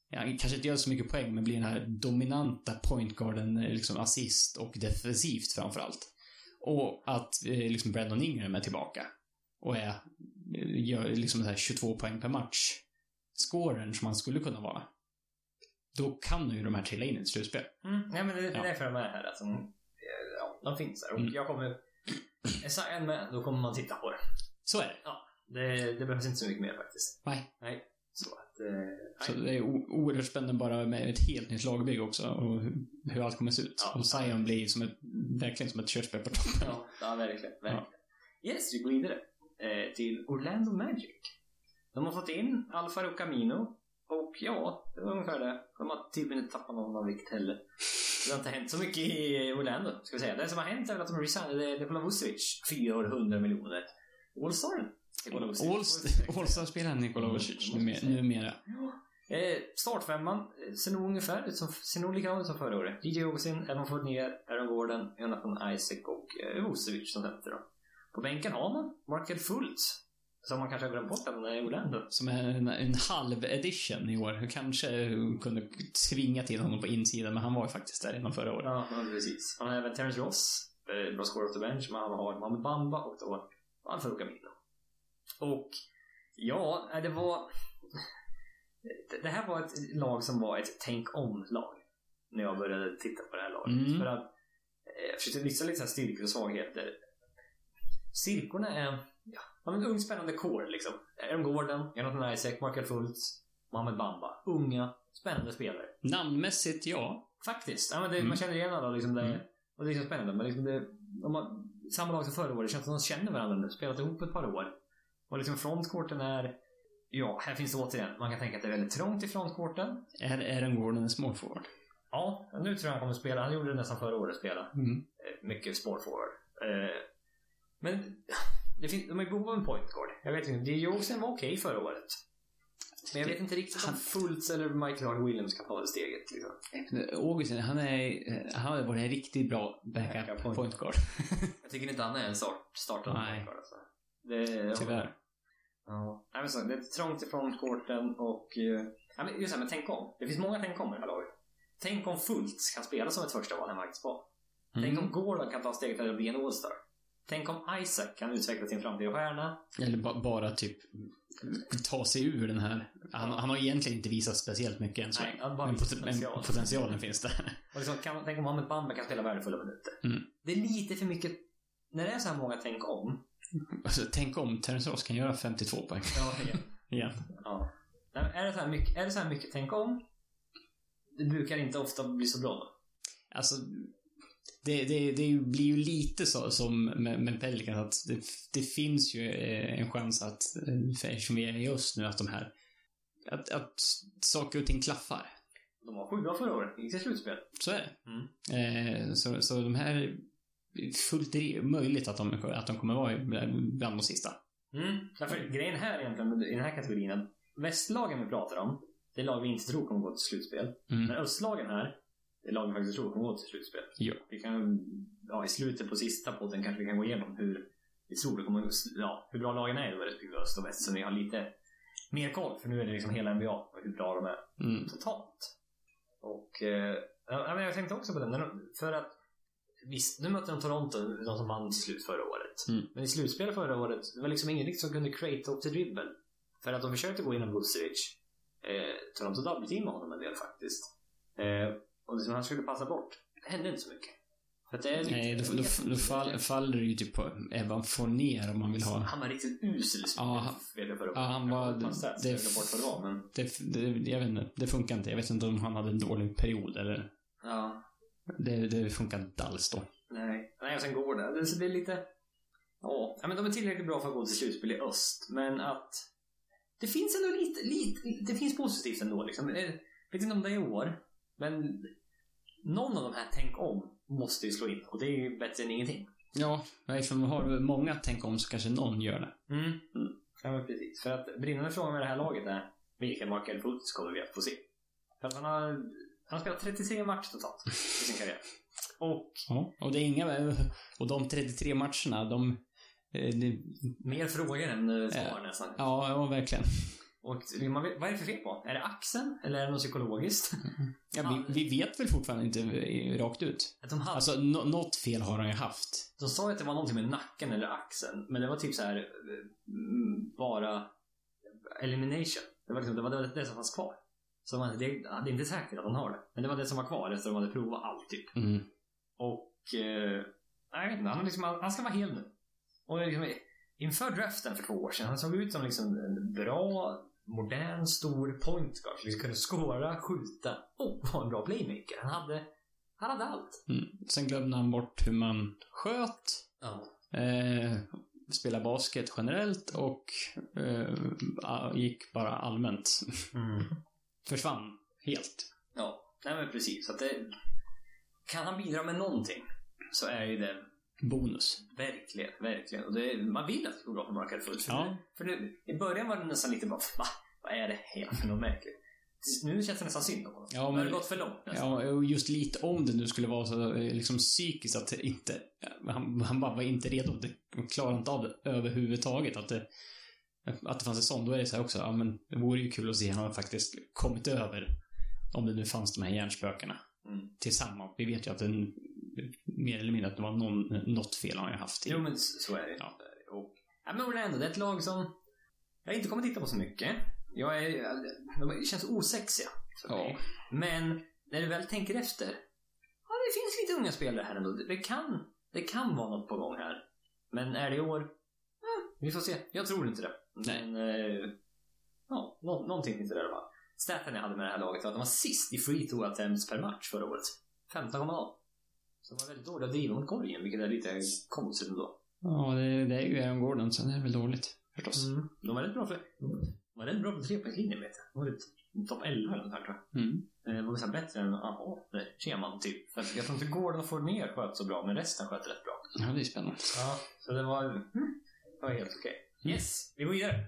ja, kanske inte gör så mycket poäng, men blir den här dominanta pointguarden liksom assist och defensivt framförallt. Och att eh, liksom Brandon Ingram är tillbaka och är, gör liksom så här tjugotvå poäng per match. Scoren som man skulle kunna vara. Då kan ju de här trilla in i ett slutspel. Mm. Ja, men det, det är ja. därför de är här. Alltså, ja, de finns där. Och mm. jag kommer... Är Zion med, då kommer man titta på det. Så är det. Ja, det, det behövs inte så mycket mer faktiskt. Nej. Nej. Så att... Eh, så det är oerhört spännande bara med ett helt nytt lagbygge också. Och hur, hur allt kommer se ut. Ja, och Zion ja. blir som ett, verkligen som ett körsbär på toppen. Ja, ja verkligen. verkligen. Ja. Yes, vi går vidare. Eh, till Orlando Magic. De har fått in Al-Farouq Aminu. Och ja, det var ungefär det. De har typ inte tappat någon av vikt heller. Det har inte hänt så mycket i Orlando, ska vi säga. Det som har hänt är väl att de resignade Nikola Vucevic. fyra år, hundra miljoner. All-Staren. All-Star-spelaren Nikola Vucevic numera. Eh, startfemman ser nog ungefär ut som, ser nog likadant ut som förra året. D J Augustin, Evan Fournier, Aaron Gordon, Jonathan Isaac och eh, Vucevic som heter då. På bänken har man Markel Fultz. Som man kanske har glömt bort att han är i Orlando. Som är en, en halv edition i år. Kanske kunde tvinga till honom på insidan, men han var ju faktiskt där innan förra året. Ja, ja precis. Han har även Terrence Ross, eh, bra score off the bench, men han har Mohamed Bamba och då Al-Farouq Aminu. Och ja, det var... Det här var ett lag som var ett tänk-om-lag när jag började titta på det här laget. Mm. För att jag försökte visa lite så här styrkor och svagheter. Cirkorna är... Ja, en ung spännande core liksom. Aaron Gordon, Jonathan Isaac, Markel Fultz, Mohamed Bamba. Unga, spännande spelare. Namnmässigt, ja. Faktiskt. Ja, men det, mm. Man känner igen alla liksom det, mm. och det är så spännande. Men liksom det, de har, samma lag som förra året, det känns som att de känner varandra nu. Spelat ihop ett par år. Och liksom frontkorten är... Ja, här finns det återigen. Man kan tänka att det är väldigt trångt i frontkorten. Är Aaron Gordon en small forward? Ja, nu tror jag han kommer att spela. Han gjorde det nästan förra året spela. Mm. Mycket small forward. Men... Det finns, de är behov av en point guard. Jag vet inte, D J Augustin var okej okay förra året. Men jag vet inte riktigt om Fultz eller Michael Clark Williams kan ta det steget. Liksom. Augustin, han är han har varit en riktigt bra backup point, point guard. Jag tycker inte han är en start, startande point guard. Alltså. Det, Tyvärr. Ja. Nej, men så, det är trångt i frontcourten och... Ja, men just här, men tänk om. Det finns många tänk om i det här laget. Tänk om Fultz kan spela som ett första val hemma på. Mm. Tänk om Gordon kan ta steget till att bli en All-Star. Tänk om Isaac kan utveckla sin framtida stjärna. Eller ba- bara typ ta sig ur den här. Han, han har egentligen inte visat speciellt mycket än så. Nej, bara men pot- potential. Men potentialen finns där. Och liksom, kan, tänk om Mohamed Bamba kan spela värdefulla minuter. Mm. Det är lite för mycket. När det är så här många tänk om. Alltså, tänk om Terrence Ross kan göra femtiotvå poäng. Ja, igen. igen. Ja. Är det så här mycket, är det så här mycket tänk om? Det brukar inte ofta bli så bra då. Alltså... Det, det, det blir ju lite så som med, med Pelicans att det, det finns ju en chans att, eftersom vi är i öst nu, att de här att, att saker och ting klaffar. De var sjua förra året i sitt slutspel. Så är det. Mm. Eh, så, så de här är fullt möjligt att de, att de kommer vara bland de sista. Mm. Därför grejen här egentligen i den här kategorin, västlagen vi pratar om, det är lag vi inte tror kommer gå till slutspel. Mm. Men östlagen här, det är lag vi faktiskt tror kommer gå till slutspel. Ja. Vi kan, ja, i slutet på sista podden kanske vi kan gå igenom hur vi tror det kommer, ja, hur bra lagen är i respektive öst och väst, så ni har lite mer koll, för nu är det liksom hela N B A och hur bra de är mm. totalt. Och eh, ja, men jag tänkte också på den, för att visst, nu mötte de Toronto, de som vann till slut förra året. Mm. Men i slutspelet förra året, det var liksom ingen riktigt som kunde create up till dribble. För att de försökte gå inom Vucevic. Eh, Toronto double teamade honom en del faktiskt. Eh, och liksom, han skulle passa bort. Det hände inte så mycket. För att det är Nej, då, då, då fall, faller det ju typ på Evan Fournier om man vill ha... Han var riktigt usel. Ja, ja, han var... Det, det, det, var, men... det, det, jag vet inte, det funkar inte. Jag vet inte om han hade en dålig period eller... Ja. Det, det funkar inte alls då. Nej, Nej och sen går det. Det blir lite... Ja, men de är tillräckligt bra för att gå till slutspel i öst. Men att... Det finns ändå lite... lite det finns positivt ändå liksom. Jag vet inte om det är i år. Men... Någon av de här tänk om måste ju slå in. Och det är ju bättre än ingenting. Ja, eftersom har du många tänk om så kanske någon gör det. Mm. mm. Ja, men precis. För att brinnande frågan med det här laget är vilken Markel Fultz kommer vi att få se. För att han har, han har spelat trettiotre matcher totalt i sin karriär. Och, ja, och det är inga... Och de trettiotre matcherna, de... Det, mer frågor än svar äh, nästan. Ja, ja, verkligen. Och man vet, vad är det för fel på? Är det axeln eller är det något psykologiskt? Ja, vi, vi vet väl fortfarande inte rakt ut. Att de hade, Alltså, no, något fel har han ju haft. de sa att det var någonting med nacken eller axeln. Men det var typ så här mm, bara elimination. Det var, liksom, det var det, det som fanns kvar. Så man, det, det är inte säkert att han har det. Men det var det som var kvar efter att de hade provat allt typ. Mm. Och eh, jag vet inte, han, liksom, han ska vara hel nu. Och liksom, inför draften för två år sedan, han såg ut som liksom en bra, modern, stor point guard. Liksom kunde skåra, skjuta och vara en bra playmaker. Han hade, han hade allt. Mm. Sen glömde han bort hur man sköt. Ja. Eh, spela basket generellt och eh, gick bara allmänt. Mm. Försvann helt. Ja, nej men precis. Så att det, kan han bidra med någonting så är ju det bonus. verkligen, verkligen. Och det, man vill att det går bra för Markelle Fultz. För, Ja. det, för det, i början var det nästan lite bara, va? Vad är det här för något märkligt? Nu känns det nästan synd om honom. Ja, men men- det har gått för långt nästan. Ja, och just lite om det nu skulle vara så eh, liksom psykiskt att det inte... Han, han bara var inte redo. Det klarade inte av det överhuvudtaget. Att det, att det fanns en sån. Då är det så här också, ja men det vore ju kul att se han faktiskt kommit över, om det nu fanns de här hjärnspökena Mm. tillsammans. Vi vet ju att den mer eller mindre att det var någon, något fel han har haft i. Jo, men så så är det. Ja. Och, ja, men det är ändå det är ett lag som jag inte kommer titta på så mycket. Jag är, de känns osexiga för Ja. mig. Men när du väl tänker efter, ja, det finns lite unga spelare här ändå. Det kan, det kan vara något på gång här. Men är det i år? Ja, vi får se. Jag tror inte det. Nej. Men, eh, ja, nå- någonting finns det där i alla fall. Staten jag hade med det här laget var att de var sist i free throw attempts per match förra året. femton komma noll. Så de var väldigt dåliga att driva mot korgen, vilket är lite konstigt ändå. Ja, det, det är ju Aaron Gordon, så det är väl dåligt förstås. Mm. De var rätt bra för de var rätt bra på trepoängslinjen, vet jag. De var ett topp elva eller något här, tror jag. Mm. Det var så här bättre än aha, det Scheman typ. För jag tror inte Gordon och Fournier sköt så bra, men resten sköt rätt bra. Ja, det är spännande. Ja, så det var, mm, det var helt okej. Okay. Yes, vi går vidare.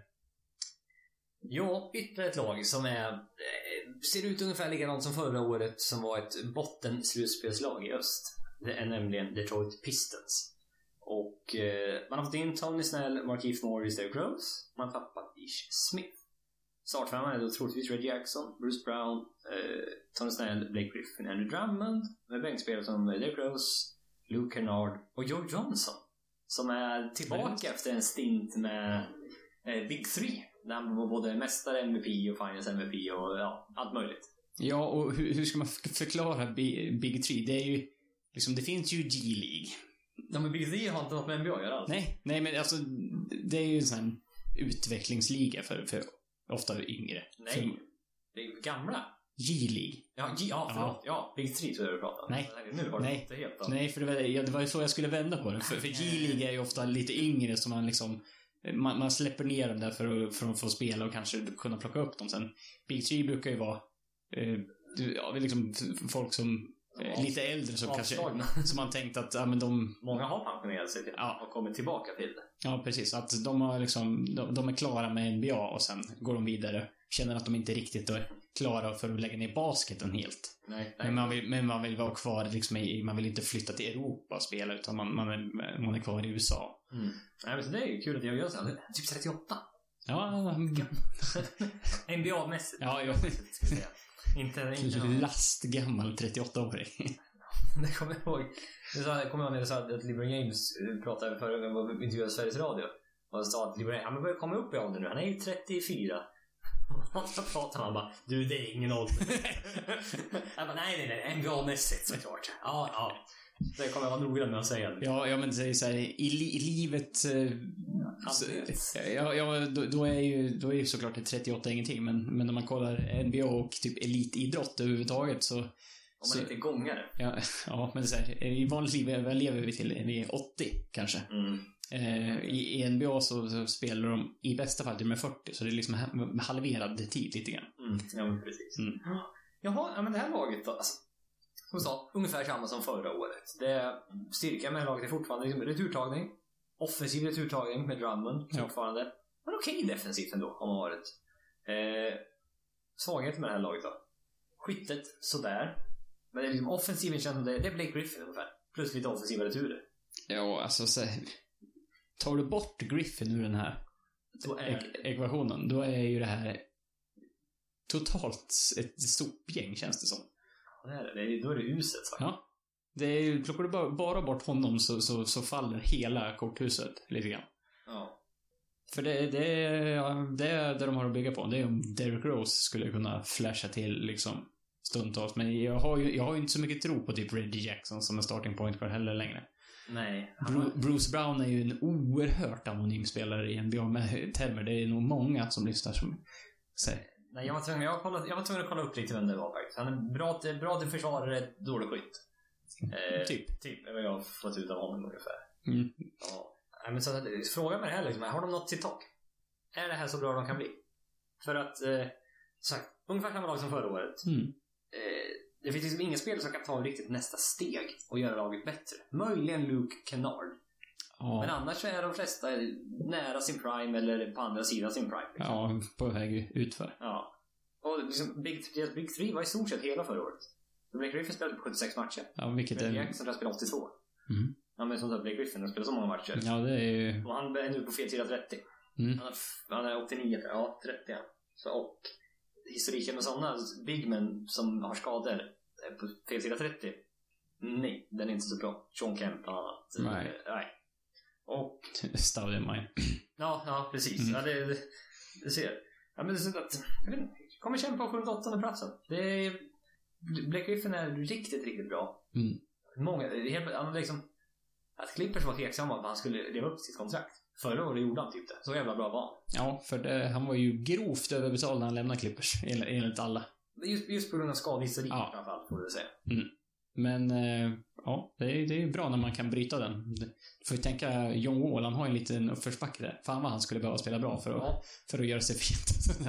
Ja, ytterligare ett lag som är, eh, ser ut ungefär likadant som förra året, som var ett bottenslutspelslag i öst. Det är nämligen Detroit Pistons. Och eh, man har fått in Tony Snell, Markieff Morris, Derrick Rose. Man har tappat Ish Smith. Startfemman är då troligtvis Red Jackson, Bruce Brown, eh, Tony Snell, Blake Griffin, Andrew Drummond. Med bänkspelare som Derrick Rose, Luke Kennard och Joe Johnson. Som är tillbaka efter en stint med eh, Big Three. Där han var både mästare M V P och Finals M V P och ja, allt möjligt. Ja, och hur, hur ska man f- förklara Big, Big Three? Det är ju, liksom, det finns ju G-League. De med Big Three har inte något med N B A att göra alls. Nej, nej men alltså, det är ju en sån här utvecklingsliga för, för ofta yngre. Nej, För det är ju gamla. G-League. Ja, G- ja förlåt. Ja, Big Three tror jag du pratar om. Nej. Nu har du Nej. inte helt av. Nej, för det var, ja, det var ju så jag skulle vända på det. För, för G-League är ju ofta lite yngre, så man liksom man, man släpper ner dem där för att, för att få spela och kanske kunna plocka upp dem sen. Big Three brukar ju vara eh, du- ja, liksom f- folk som eh, Ja, lite äldre som kanske avslagna. som man tänkt att ja, men de Många har pensionerat sig till Ja. och kommit tillbaka till det. ja precis att de har liksom de, de är klara med N B A och sen går de vidare, känner att de inte riktigt är klara för att lägga ner basketen helt. Nej, nej. Men man vill, men man vill vara kvar liksom i, man vill inte flytta till Europa och spela, utan man, man, är, man är kvar i U S A. Mm. Nej, men så det är ju kul att jag gör så. Han är typ trettioåtta. Ja, mm, N B A-mässigt. ja, jag Ska vi säga. Inte, inte lastgammal trettioåtta-åring. det kommer jag ihåg. Det sa, jag kommer ihåg när du sa att LeBron James pratade förra gången på intervjuade Sveriges Radio. Och han sa att LeBron James, han börjar komma upp i ålder nu. Han är ju trettiofyra. Och så pratar han bara, du det är ingen ålder. Jag bara, nej nej nej, N B A-mässigt såklart. Ja, ja. Det kommer jag vara noggrann med att säga. Ja, ja, men det är så här, i, li, i livet eh, så, Absolut. ja, ja, då, då är ju då är ju såklart det trettioåtta ingenting, men, men när man kollar N B A och typ elitidrott överhuvudtaget så Om så- man inte är gångare. ja, ja, men så här, i vanligt liv vad lever vi till? Vi är åttio kanske. Mm. Eh, I i N B A så, så spelar de i bästa fall till med fyrtio, så det är liksom ha- halverad tid lite grann. Mm. Ja, men precis. Mm. Jaha, ja, men det här laget då, alltså, som jag sa, ungefär samma som förra året. Det styrkan med laget är fortfarande liksom returtagning. Offensiv returtagning med Drummond Ja. fortfarande. Men okej defensivt ändå, om man varit. Eh, svaghet med det här laget då. Skyttet, sådär. Men det är liksom offensiven känns som det, det är Blake Griffin ungefär. Plus lite offensiva returer. Ja, alltså så, tar du bort Griffin ur den här, då är... ekvationen, då är ju det här totalt ett sopgäng, känns det som. Ja, det är det. Det är, då är det uset. Ja. Det är ju, plockar du bara, bara bort honom så, så, så faller hela korthuset lite grann. Ja. För det, det, ja, det är det de har att bygga på. Det är om Derrick Rose skulle kunna flasha till liksom stundtals. Men jag har ju, jag har ju inte så mycket tro på typ Reggie Jackson som en starting point guard heller längre. Nej. Bru- Bruce Brown är ju en oerhört anonym spelare i N B A med termer. Det är nog många som lyssnar som säger. Nej, jag var tvungen, jag, kollade, jag var tvungen att kolla upp lite vem det var faktiskt. Han är bra till, bra till försvarare, dålig skytt. Eh, typ. Typ, är vad jag har fått ut av honom ungefär. Mm. Ja. Nej, men så att, fråga mig det här liksom, har de något till tak? Är det här så bra de kan bli? För att, eh, sagt, ungefär samma lag som förra året. Mm. Eh, det finns liksom ingen spelare som kan ta riktigt nästa steg och göra laget bättre. Möjligen Luke Kennard. Ja. Men annars så är de flesta nära sin prime eller på andra sidan sin prime. Liksom. Ja, på väg utför. Ja. Och liksom Big, Big Three var i stort sett hela förra året. Blake Griffin spelade på sjuttiosex matcher. Ja, vilket Reggie är... Jackson spelade åttiotvå. Mm. Ja, men som sagt, Blake Griffin har spelat så många matcher. Ja, det är ju... Och han är nu på fel sida trettio. Mm. Han, är, han är åttionio, ja, trettio. Så, och historiken med sådana bigmen som har skador på fel sida trettio. Nej, den är inte så bra. Sean Kemp bland annat. Nej. Uh, nej. Och... Stavden mine. Ja, ja, precis. Mm. Ja, det, det, det ser. Ja, men det är så att... Jag vet inte, kommer kämpa om sjunde åttonde platsen. Det är... Blake Griffin är riktigt, riktigt bra. Mm. Många... Han liksom... Att Clippers var tveksamma att han skulle leva upp till sitt kontrakt. Förra året gjorde han typ det. Så jävla bra var han. Ja, för det, han var ju grovt överbetald när han lämnade Clippers. Enligt alla. Just, just på grund av skadehistorik ja. framförallt, får du säga. Mm. Men, eh, ja, det är, det är bra när man kan bryta den. Du får ju tänka, John Wall, han har en liten uppförsbacke där. Fan vad han skulle behöva spela bra för att, ja. för att göra sig fint.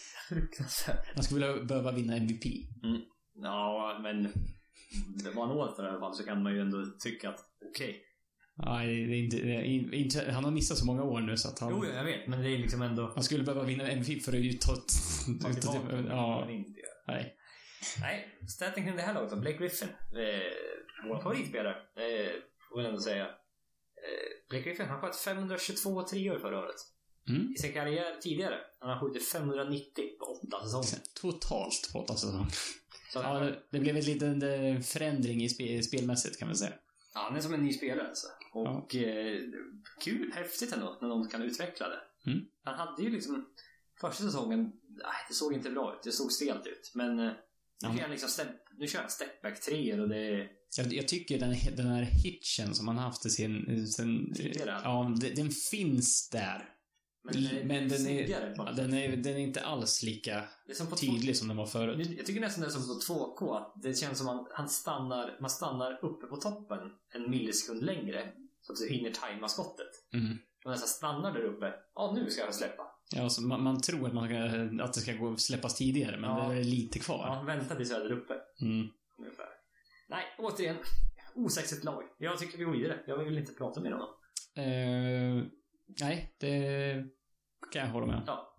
Han skulle behöva vinna M V P. Mm. Ja, men vad han åt för i alla fall så kan man ju ändå tycka att okej. Okay. Nej, det är inte, det är inte, han har missat så många år nu så att han... Jo, jag vet, men det är liksom ändå... Han skulle behöva vinna M V P för att ta... Ta tillbaka, ja. Inte Nej. Nej, staten kring det här laget då. Blake Griffin. Eh, vår favoritspelare. Eh, får jag ändå säga. Eh, Blake Griffin, han sköt femhundratjugotvå treor förra året. Mm. I sin karriär tidigare. Han har skjutit femhundranittio på åtta säsonger. Totalt på åtta säsonger. Så ja, det, det blev en liten förändring i spe, spelmässigt kan man säga. Ja, han är som en ny spelare alltså. Och ja. eh, kul, häftigt ändå när någon kan utveckla det. Mm. Han hade ju liksom första säsongen, nej, det såg inte bra ut. Det såg stelt ut. Men eh, nu, mm. liksom step, nu kör han stepback tre och det... Jag, jag tycker den, den här hitchen som han haft i sin... sin ja, det, den finns där. Men, men den, är, ja, den, är, den är inte alls lika som tydlig två, som den var förut. Jag tycker nästan det är som på två K. Att det känns som att han stannar, man stannar uppe på toppen en millisekund längre. Så att du hinner tajma skottet. Mm. Man nästan stannar där uppe. Ja, nu ska jag släppa. Ja, alltså, man, man tror att, man ska, att det ska gå släppas tidigare. Men ja. Det är lite kvar. Ja, vänta tills jag är där uppe. Mm. Ungefär. Nej, återigen. Osexigt lag. Jag tycker vi går vidare. Jag vill inte prata med honom. Uh, nej, det kan jag hålla med. Ja.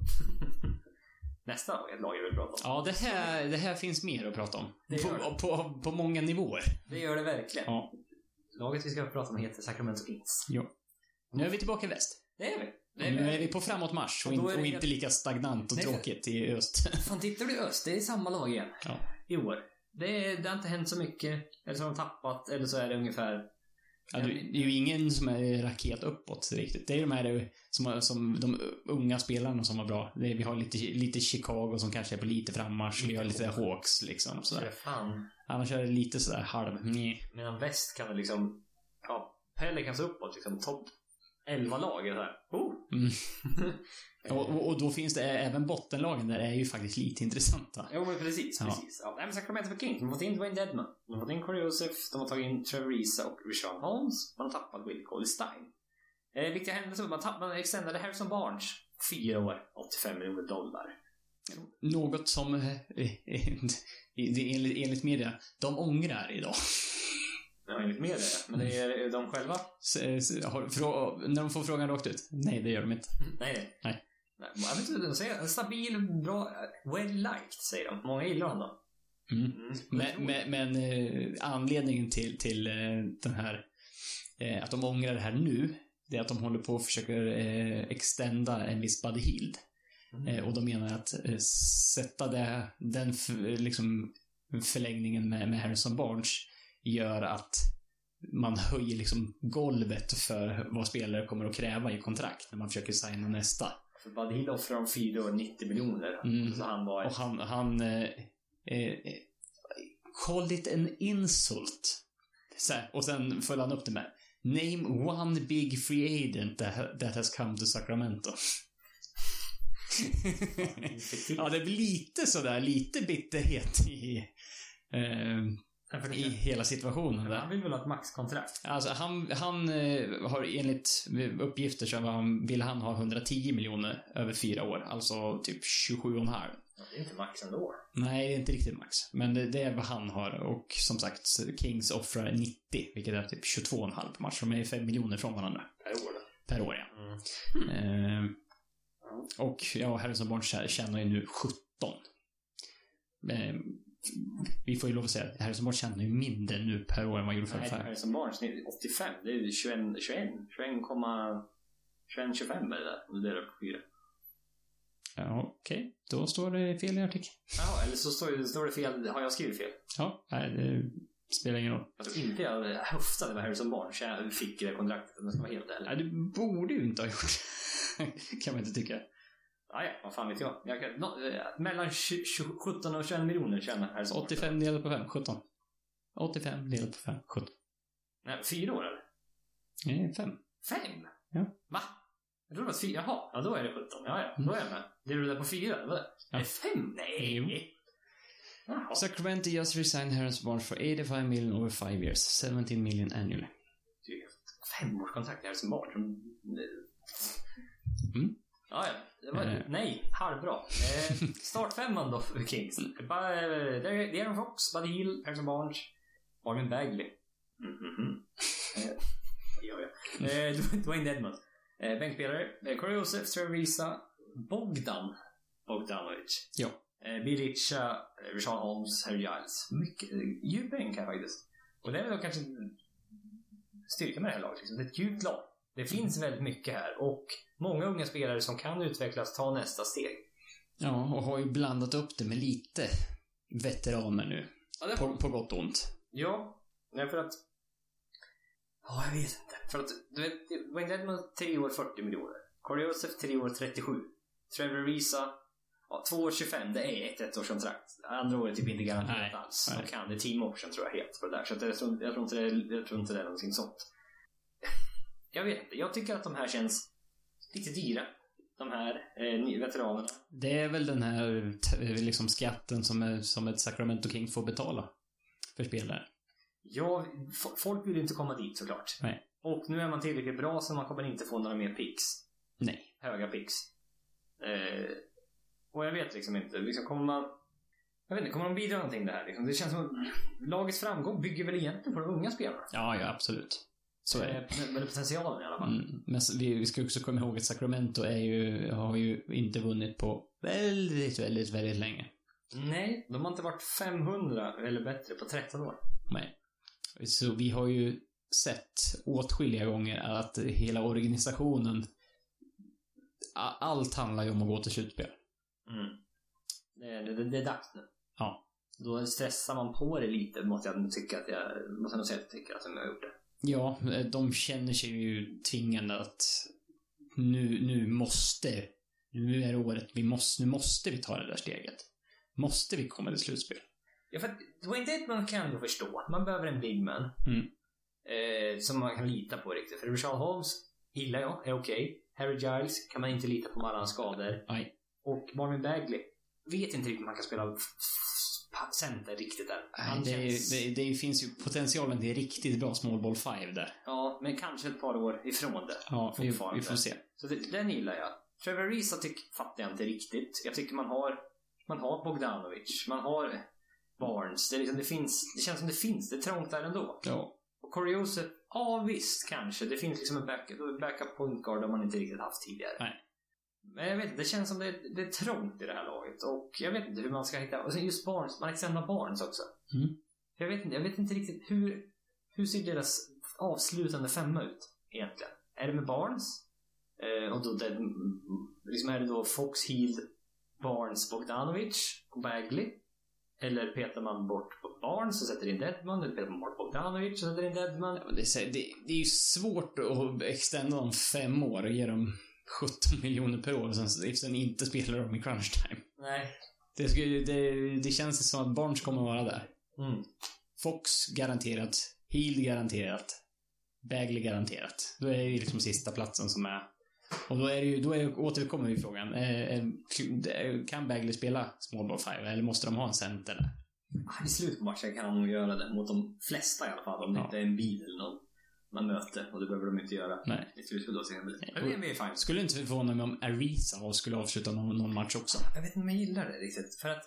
Nästa lag jag vill prata om. Ja, det här, det här finns mer att prata om. På, på, på många nivåer. Det gör det verkligen. Ja. Laget vi ska prata om heter Sacramento Kings. Jo. Nu är vi tillbaka i väst. Det är vi. Det är nu är vi på framåt mars och, och, in, och helt... inte lika stagnant och nej, tråkigt i öst. Fan, tittar du i öst, det är samma lag igen. Ja. I år. Det, är, det har inte hänt så mycket. Eller så har de tappat, eller så är det ungefär... Ja, det är ju ingen som är raket uppåt riktigt. Det är de här som, som de unga spelarna som var bra. Det är, vi har lite, lite Chicago som kanske är på lite frammarsch. Vi har lite Hawks liksom. Sådär. Fan. Annars är det lite sådär halv. Nej. Medan väst kan det liksom... Ja, Pelicans uppåt liksom. Topp elva lag är där. Oh. Mm. och, och, och då finns det även bottenlagen där är ju faktiskt lite intressanta. Jo, men precis, precis. Ja. Ja, men Sacramento för Kings. De har fått in Dwayne Dedman. De har fått in Corey Joseph. De har tagit in Trevor Ariza och Richaun Holmes. Man har tappat Will Cauley-Stein. Eh, viktiga händelser. Man tappade, man extendade Harrison Barnes. Fyra år, åttiofem miljoner dollar. Något som eh, eh, enligt, enligt media de ångrar idag. Ja, enligt media. Men det är de själva. S, s, har, frå, när de får frågan rakt ut. Nej, det gör de inte. Nej, nej. Nej. Jag vet inte, de säger stabil, bra, well liked, säger de. Många gillar honom. Mm. Mm. Men, men, men eh, anledningen till, till eh, den här eh, att de ångrar det här nu det är att de håller på och försöker eh, extenda en viss Buddy Hield. Mm. Eh, och de menar att eh, sätta det, den f- liksom förlängningen med, med Harrison Barnes gör att man höjer liksom golvet för vad spelare kommer att kräva i kontrakt när man försöker signa nästa. För Buddy Hield offrar om fyra år nittio miljoner. Mm. Så han var ett... Och han, han eh, eh, call it an insult. Så här, och sen följde han upp det med name one big free agent that, that has come to Sacramento. Ja, det blir lite sådär, lite bitterhet i eh, i hela situationen där. Han vill väl ha ett maxkontrakt? Alltså han, han eh, har enligt uppgifter så han, vill han ha hundratio miljoner över fyra år. Alltså typ tjugosju och en halv. Ja, det är inte max ändå. Nej, det är inte riktigt max. Men det, det är vad han har. Och som sagt, Kings offrar nittio, vilket är typ tjugotvå och en halv per match. De är fem miljoner från varandra. Per år då? Per år, ja. Mm. Eh, och ja, Harrison Barnes tjänar ju nu sjutton. Eh, vi får ju lov att säga att Harrison Barnes tjänar ju mindre nu per år än vad han gjorde förra. Nej, Harrison Barnes åttiofem. Det är ju tjugoett, tjugoett, tjugoett, tjugofem är det där. Och det är det på fyra. Ja, okej. Okay. Då står det fel i artikeln. Ja, eller så står det, står det fel. Har jag skrivit fel? Ja, nej, det spelar ingen roll. Jag tror inte jag höftade med Harrison Barnes. Jag fick det kontraktet, om jag ska vara helt ärlig. Nej, du borde ju inte ha gjort. Kan man inte tycka. Nej, vad fan vet jag. jag kan, no, mellan sjutton och tjugoett miljoner tjänar Harrison Barnes. åttiofem delat på fem, sjutton. åttiofem delat på fem, sjutton. Nej, fyra år eller? Nej, fem. Fem? Ja. Va? Jag tror det var fyra. Jaha, ja då är det sjutton. Ja, ja, då är jag med. Det är du där på fyra, eller? Ja. Är fem? Nej. Jo. Jaha. Sacramento just resigned Harrison Barnes for eighty-five million over five years. seventeen million annually. Femårskontrakt i Harrison Barnes. Mm. Ja, ja. Det var, äh. Nej, halvbra. Eh, startfemman då för Kings. Mm. Det är Aaron Fox, Buddy Hield, Harrison Barnes, Marvin Bagley. Mm-hmm. eh, ja, ja. Eh, Dwayne Dedmon. Eh, bänkspelare. Eh, Corey Joseph, Trevor Ariza, Bogdan Bogdanovic. Ja. Eh, Bill Richa, eh, Richard Holmes, Harry Giles. Mycket eh, djup bänk här faktiskt. Och det är väl kanske styrka med det här laget. Liksom. Det är ett djupt lag. Det finns väldigt mycket här. Och många unga spelare som kan utvecklas, ta nästa steg. Ja, och har ju blandat upp det med lite veteraner nu. Ja, det... på, på gott och ont. Ja, nej för att... Ja, jag vet inte. För att, du vet, Wayne Dedmon tre år fyrtio miljoner. Corey Joseph tre år trettiosju. Trevor Ariza ja, två år tjugofem. Det är ett ettårskontrakt. Andra året typ inte garanterat nej, alls. Nej. De kan det team option tror jag helt på det där. Så att jag, tror, jag, tror inte det, jag tror inte det är någonting sånt. Jag vet inte. Jag tycker att de här känns lite dyra. De här eh, veteranerna. Det är väl den här t- liksom skatten som, är, som ett Sacramento King får betala för spelare. Ja, f- folk vill ju inte komma dit såklart. Nej. Och nu är man tillräckligt bra så man kommer inte få några mer picks. Nej. Höga picks. Eh, och jag vet liksom inte. Liksom kommer man... Jag vet inte, kommer de bidra någonting det här? Liksom? Det känns som att lagets framgång bygger väl egentligen på de unga spelarna. Ja, ja, absolut. Så är det. Med, med potentialen i alla fall. Mm, men vi, vi ska också komma ihåg att Sacramento är ju, har ju inte vunnit på väldigt, väldigt, väldigt länge. Nej, de har inte varit femhundra eller bättre på tretton år. Nej. Så vi har ju sett åtskilliga gånger att hela organisationen, allt handlar ju om att gå till slutspel. Mm. Det, det, det är dags nu. Ja. Då stressar man på det lite, måste jag tycka att jag, måste jag säga att jag tycker att jag har gjort det. Ja, de känner sig ju tvingande att nu, nu måste, nu är det året, vi måste, nu måste vi ta det där steget. Måste vi komma till slutspel? Ja, för att Dwayne Dedmon kan du förstå. Man behöver en big man. Mm. Eh, som man kan lita på riktigt. För Richard Holmes gillar jag, är okej. Okay. Harry Giles kan man inte lita på med alla skador. Nej. Och Marvin Bagley vet inte riktigt om man kan spela center riktigt där. Nej, det, känns... det, det finns ju potentialen till riktigt bra small ball five där. Ja, men kanske ett par år ifrån det. Ja, vi, vi får se. Så det, den gillar jag. Trevor Ariza tycker, fattar jag inte riktigt. Jag tycker man har man har Bogdanovic, man har Barnes. Det, är liksom, det, finns, det känns som det finns. Det är trångt där ändå. Ja. Och Corey Joseph, ja visst kanske. Det finns liksom en backup, backup point guard som man inte riktigt haft tidigare. Nej. Men jag vet inte, det känns som det, det är trångt i det här laget. Och jag vet inte hur man ska hitta... Och sen just Barnes, man extendar Barnes också. Mm. Jag vet inte, jag vet inte riktigt hur... Hur ser deras avslutande femma ut egentligen? är det med Barnes? Eh, och då det, liksom är det då Fox, Hield, Barnes, Bogdanovic och Bagley? Eller petar man bort på Barnes och sätter in Dedman? Eller petar man bort Bogdanovic och sätter in Dedman? Ja, det, är, det, det är ju svårt att extenda dem fem år och ge dem sjutton miljoner per år och sen, sen inte spelar dem i crunch time. Nej. Det, skulle, det, det känns som att Barnes kommer att vara där. Mm. Fox garanterat. Hield garanterat. Bagley garanterat. Då är det liksom sista platsen som är. Och då är det ju, då är, återkommer vi frågan. Eh, kan Bagley spela small ball five eller måste de ha en center där? I slutet på matchen kan han nog göra det. Mot de flesta i alla fall. Om det ja. inte är en bil eller någon man möter. Och det behöver de inte göra. Nej. I slutet då ser det. Men fine. Skulle inte förvåna mig om Ariza skulle avsluta någon, någon match också. Jag vet inte om jag gillar det riktigt. För att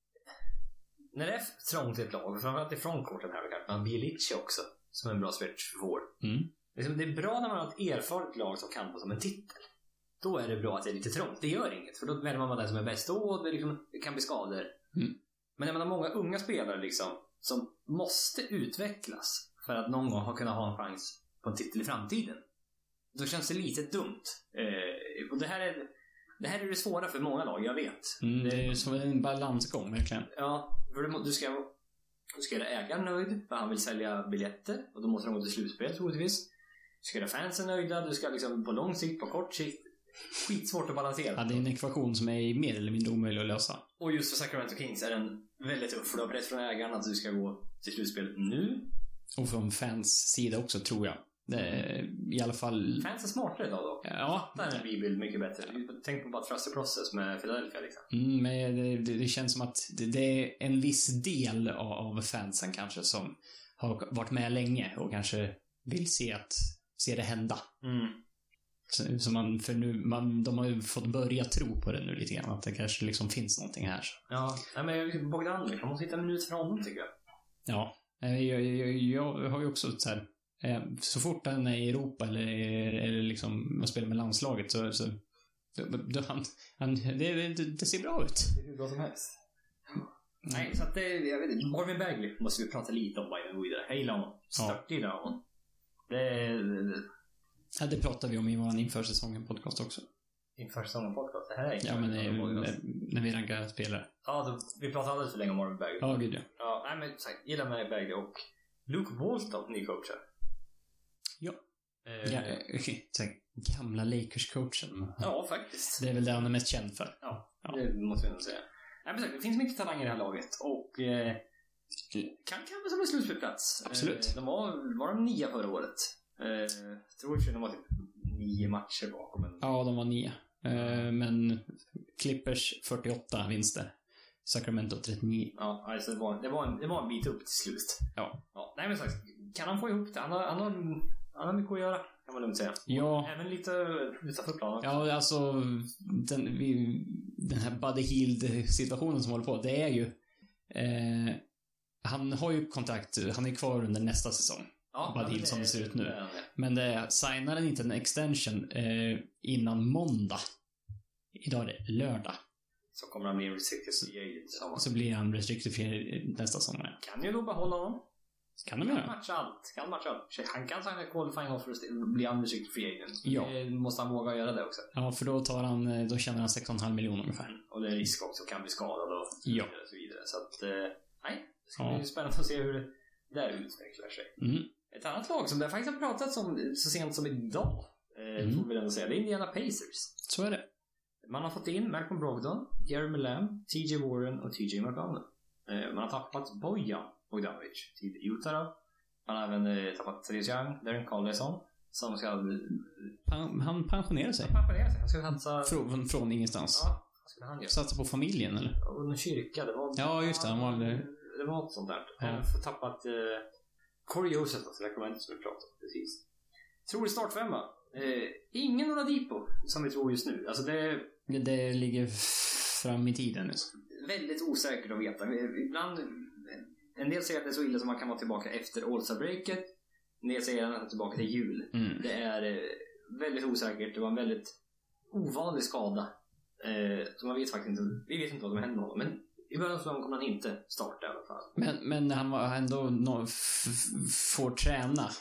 när det är trångt i ett lag, framförallt i frontcourten här, kanske man Bielic också, som är en bra stretch för vår. Mm. Det är bra när man har ett erfaret lag som kan på som en titel. Då är det bra att det är lite trångt. Det gör inget, för då väljer man den som är bäst. Då det, liksom, det kan bli skador. Mm. Men när man har många unga spelare liksom, som måste utvecklas för att någon gång ha kunnat ha en chans på en titel i framtiden, då känns det lite dumt. Eh, och det här är det här är det svåra för många lag, jag vet. Mm, det är som en balansgång, verkligen. Ja, för du, du ska du ska göra ägaren nöjd, för han vill sälja biljetter, och då måste de gå till slutspel troligtvis. Du ska göra fansen nöjda, du ska liksom på lång sikt, på kort sikt. Skitsvårt att balansera. Ja, det är en ekvation som är mer eller mindre omöjlig att lösa. Och just för Sacramento Kings är den väldigt tuff, för du har press från ägaren att du ska gå till slutspel nu. Och från fans sida också, tror jag. Det är, i alla fall... Fans är smartare idag då. Ja. Det är en rebuild mycket bättre. Tänk på bara trust the process med Philadelphia liksom. Mm, men det, det, det känns som att det, det är en viss del av, av fansen kanske som har varit med länge och kanske vill se att se det hända. Mm. Så, så man, för nu, man, de har ju fått börja tro på det nu lite grann, att det kanske liksom finns någonting här. Ja, nej, men Bogdanovic, man måste hitta en minut från honom tycker jag. Ja, jag, jag, jag, jag har ju också så här, så fort han är i Europa eller, eller liksom man spelar med landslaget så, så då, då han, han det, det, det ser bra ut. Det är hur bra som helst. Mm. Nej, så att det, jag vet inte, Marvin Bagley måste vi prata lite om vad vidare. Jag gillar honom. Stört gillar honom. Det, det, ja, det pratar vi om i vår inför säsongen podcast också. Inför säsongen podcast? Det här är inte. Ja, men det är, när, när vi rankar spelare. Ja, då, vi pratar alldeles för länge om Marvin Bagley. Ja, gud ja. Ja, nej men sagt, gillar Marvin Bagley och Luke Walton, ny coach. Ja. Eh, ja så gamla Lakers-coachen. Ja, faktiskt. Det är väl det han är mest känd för. Ja, ja. Det måste vi nog säga. Nej, men sagt, det finns mycket talanger i det här laget och eh, kan kan som en slutspelsplats. Absolut. Eh, de var, var de nia förra året. Eh, jag tror att de var typ nio matcher bakom. Men... Ja, de var nio. Eh, men Clippers fyrtioåtta vinster. Sacramento trettionio. Ja, alltså det var, det var, en, det var en bit upp till slut. Ja. Ja, nej men sagt, kan han få ihop det? Han har, han har, han har mycket att göra, kan man lugnt säga. Ja. Även lite utanför planen. Ja, alltså den, vi, den här Buddy Hield-situationen som håller på, det är ju eh, han har ju kontrakt, han är kvar under nästa säsong. Ja, Buddy Hield som det ser ut nu. Det det. Men det signar han inte en extension eh, innan måndag. Idag är det lördag. Så kommer han bli en restricted free agent. Så blir han restricted free nästa sommar. Kan ju då behålla honom. Kan de göra? Kan matcha allt. Kan matcha allt. Han kan signa qualifying offer och bli unrestricted free agent. Ja. Det måste han våga göra det också. Ja, för då tar han, då tjänar han sex komma fem miljoner ungefär. Mm. Och det är risk också, kan bli skadad och så vidare. Ja. Och så, vidare. Så att, eh, nej. Det ska ja. bli spännande att se hur det där utvecklar sig. Mm. Ett annat lag som det faktiskt har pratats om så sent som idag, eh, mm. får vi ändå säga, det är Indiana Pacers. Så är det. Man har fått in Malcolm Brogdon, Jeremy Lamb, T J Warren och T J McConnell. Eh, man har tappat Bojan Bogdanovic till Utah då. Man har även eh, tappat Therese Young, Darren Collison, som ska... Han, han pensionerar sig. Han pensionerar sig. Han ska satsa... Från, från ingenstans. Ja, vad skulle han göra? Satsa på familjen, eller? Och en kyrka, det var... Ja, just det. Han var... Det, det var något sånt där. Han har ja. tappat eh, Corey Joseph, alltså rekommendet som vi pratade om. Precis. Tror det startfemma. Eh, ingen Oladipo, som vi tror just nu. Alltså det... Det, det ligger fram i tiden. Liksom. Väldigt osäkert att veta. Ibland... En del säger att det är så illa som man kan vara tillbaka efter All-Star-breaket. En del säger att han är tillbaka till jul. Mm. Det är eh, väldigt osäkert. Det var en väldigt ovanlig skada. Eh, så man vet faktiskt inte. Vi vet inte vad som hände med honom. Men i början så kommer han inte starta i alla fall. Men, men han var ändå no, f- f- får träna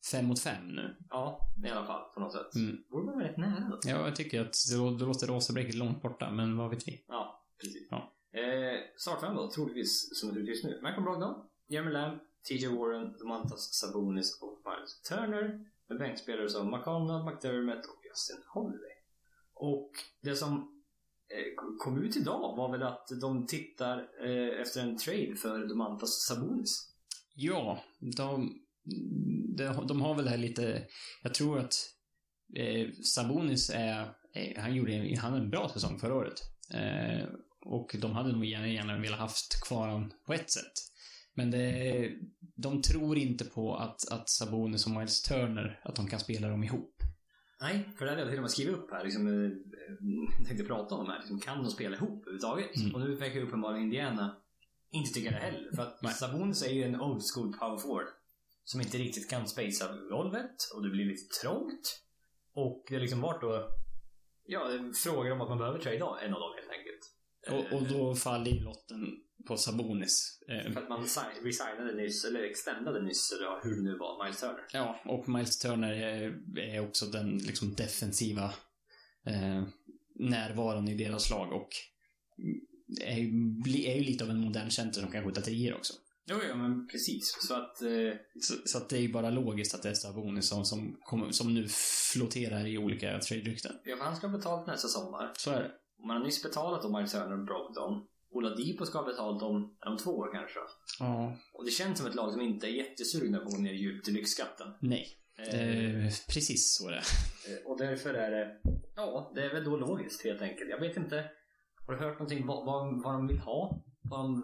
fem mot fem nu. Ja, i alla fall på något sätt. Mm. Borde man väldigt nära då? Ja, jag tycker att det, det låter Rosabreaket långt borta, men vad vet vi? Ja, precis. Ja. Eh, startfem då, troligtvis som det ser ut just nu. Malcolm Brogdon, Jeremy Lamb, T J Warren, Domantas Sabonis och Miles Turner. Med bänkspelare som McConnell, McDermott och Justin Holiday. Och det som eh, kom ut idag var väl att de tittar eh, efter en trade för Domantas Sabonis. Ja, de, de, de har väl det här lite... Jag tror att eh, Sabonis är... Eh, han gjorde han en bra säsong förra året. Eh, och de hade nog gärna, gärna velat haft kvar honom på ett sätt. Men det, de tror inte på att, att Sabonis och Miles Turner, att de kan spela dem ihop. Nej, för det hade jag till och med skrivit upp här. Liksom, jag tänkte prata om här. Liksom, kan de spela ihop överhuvudtaget? Mm. Och nu verkar ju uppenbarligen Indiana inte tycker det heller. För att Nej. Sabonis är ju en old school power forward som inte riktigt kan spacea golvet. Och det blir lite trångt. Och det har liksom varit då... Ja, frågor om att man behöver trade en av dem helt enkelt. Och, och då faller lotten på Sabonis. För att man resignade nyss, eller extendade nyss, eller hur det nu var, Miles Turner. Ja, och Miles Turner är, är också den liksom defensiva eh, närvaron i deras lag och är, är ju lite av en modern center som kan skjuta trier också. Jo, ja, men precis. Så att, eh... så, så att det är ju bara logiskt att det är Sabonis som, som, kom, som nu flotterar i olika trade-rykten. Ja, för han ska ha betalt nästa sommar. Så är det. Man har nyss betalat om Miles Turner och Brogdon. Oladipo ska ha betalt om, om två år kanske. Ja. Och det känns som ett lag som inte är jättesugna på att gå ner djupt i lyxskatten. Nej, eh, eh, precis så är det. Och därför är det, ja, det är väl då logiskt helt enkelt. Jag vet inte, har du hört någonting vad, vad, vad de vill ha? Vad de,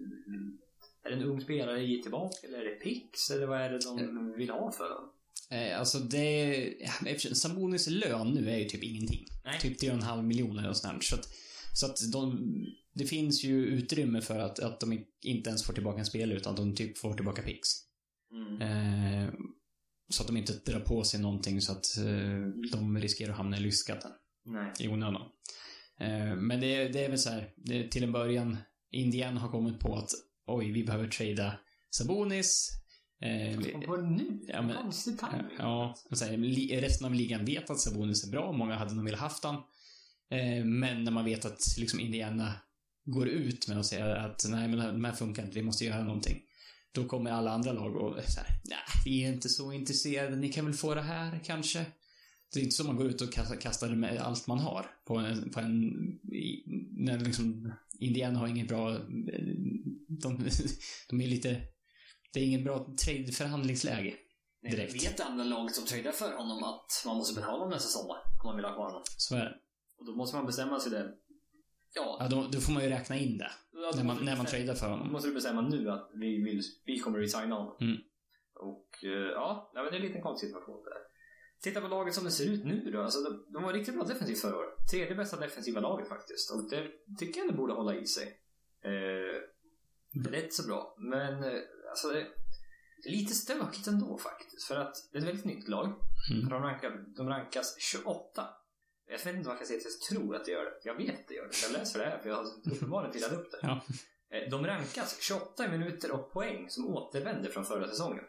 är det en ung spelare i tillbaka? Eller är det picks? Eller vad är det de vill ha för dem? Eh, alltså det, Sabonis lön nu är ju typ ingenting. Nej. Typ tre komma fem miljoner och sånt. Så att, så att de, det finns ju utrymme för att, att de inte ens får tillbaka en spelare utan de typ får tillbaka picks. Mm. Eh, så att de inte drar på sig någonting så att eh, de riskerar att hamna i lyxskatten. Nej. I onödan. Eh, men det, det är väl så här, det, till en början Indiana har kommit på att oj, vi behöver trada Sabonis. Eh, Vad nu? Ja, men, konstig timing. Ja, så här, resten av ligan vet att Sabonis är bra. Många hade nog velat haft han. Eh, men när man vet att liksom Indiana går ut med att säga att nej, men de här funkar inte, vi måste göra någonting. Då kommer alla andra lag och så här, nej, vi är inte så intresserade, ni kan väl få det här kanske. Det är inte så man går ut och kastar, kastar med allt man har på en, på en när liksom Indiana har ingen bra de, de är lite, det är ingen bra trade-förhandlingsläge direkt. Nej, vet andra lag som tradar för honom att man måste betala honom nästa sommar om man vill ha kvar honom. Så är det. Och då måste man bestämma sig det. Ja, ja då, då får man ju räkna in det. Ja, när man, när man tradar för honom. Då måste du bestämma nu att vi, vill, vi kommer att resigna honom. Mm. Och ja, det är en liten konstig situation där. Titta på laget som det ser ut nu då. Alltså, de, de var riktigt bra defensivt förra året. Tredje bästa defensiva laget faktiskt. Och det tycker jag det borde hålla i sig. Eh, det är rätt så bra. Men eh, alltså det är lite stökigt ändå faktiskt. För att det är ett väldigt nytt lag. Mm. De, rankar, de rankas tjugoåtta. Jag vet inte varför jag säger att jag tror att det gör det. Jag vet att det gör det. Jag läser det här för jag har uppenbarligen tittat upp det. Ja. De rankas tjugoåtta minuter och poäng som återvänder från förra säsongen.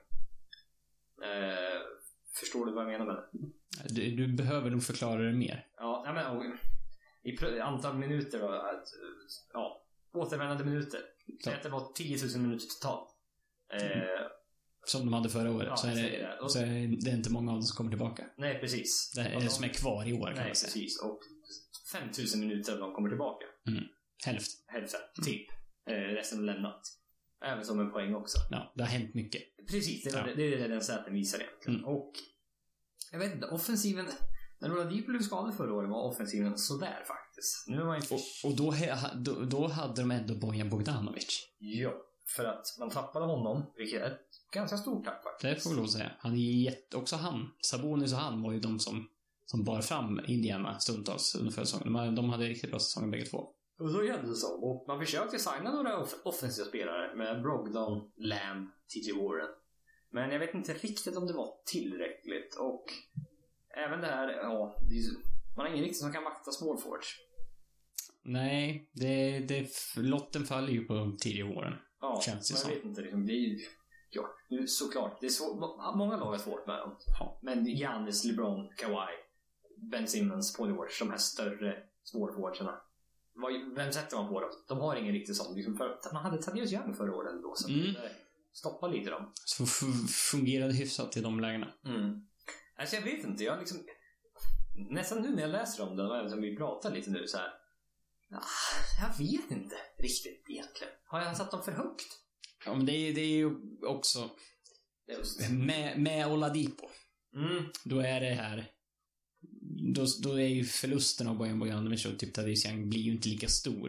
Eh, förstår du vad jag menar med det? Du, du behöver nog förklara det mer. Ja, nej men i antal minuter då, att, ja, återvändande minuter. Så att det var tio tusen minuter totalt. Eh, som de hade förra året. Ja, så, är det, det. Och, så är det inte många av dem som kommer tillbaka. Nej, precis. Det är de, som är kvar i år kan nej, man säga. Precis. Och fem tusen minuter de kommer tillbaka. Mm. Hälften. Hälften, typ. Eh, resten har lämnat. Även som en poäng också. Ja, det har hänt mycket. Precis, det, ja. det, det är det den säten visar egentligen. Mm. Och jag vet inte, offensiven... När Oladipo blev skadad förra året var offensiven sådär faktiskt. Nu var man inte... Och, och då, då, då hade de ändå Bojan Bogdanovic. Ja, för att man tappade honom, vilket är ett ganska stort tapp faktiskt. Det får vi lov att säga. Han är jätte, också han. Sabonis och han var ju de som, som bar fram Indiana stundtals under förra säsongen. De, de hade riktigt bra säsonger bägge två. Och så gällde det så. Och man försökte signa några off- offensiva spelare med Brogdon, Lamb, T J Warren. Men jag vet inte riktigt om det var tillräckligt. Och även det här, ja, det är, man har ingen riktigt som kan vakta small forwards. Nej, det, det, lotten faller ju på T J Warren. Ja, känns det jag som. vet inte. Liksom, det är, ja, nu såklart. Det är svår, många lag har svårt med dem. Ja. Men Giannis, LeBron, Kawhi, Ben Simmons, Paul George, de här större svårforwardsarna. Vem sätter man på dem? De har ingen riktig sån. Liksom för, man hade Thaddeus Young förra året ändå, så mm. stoppa lite dem. Så f- fungerade hyfsat i de lägena. Mm. Alltså jag vet inte, jag liksom nästan nu när jag läser om det och även vi pratar lite nu så här. Jag vet inte riktigt egentligen. Har jag satt dem för högt? Ja, men det är, det är ju också Just. med, med Oladipo. Mm. Då är det här då, då är ju förlusten av Bojan Bogdanovic och typ Thaddeus Young blir ju inte lika stor.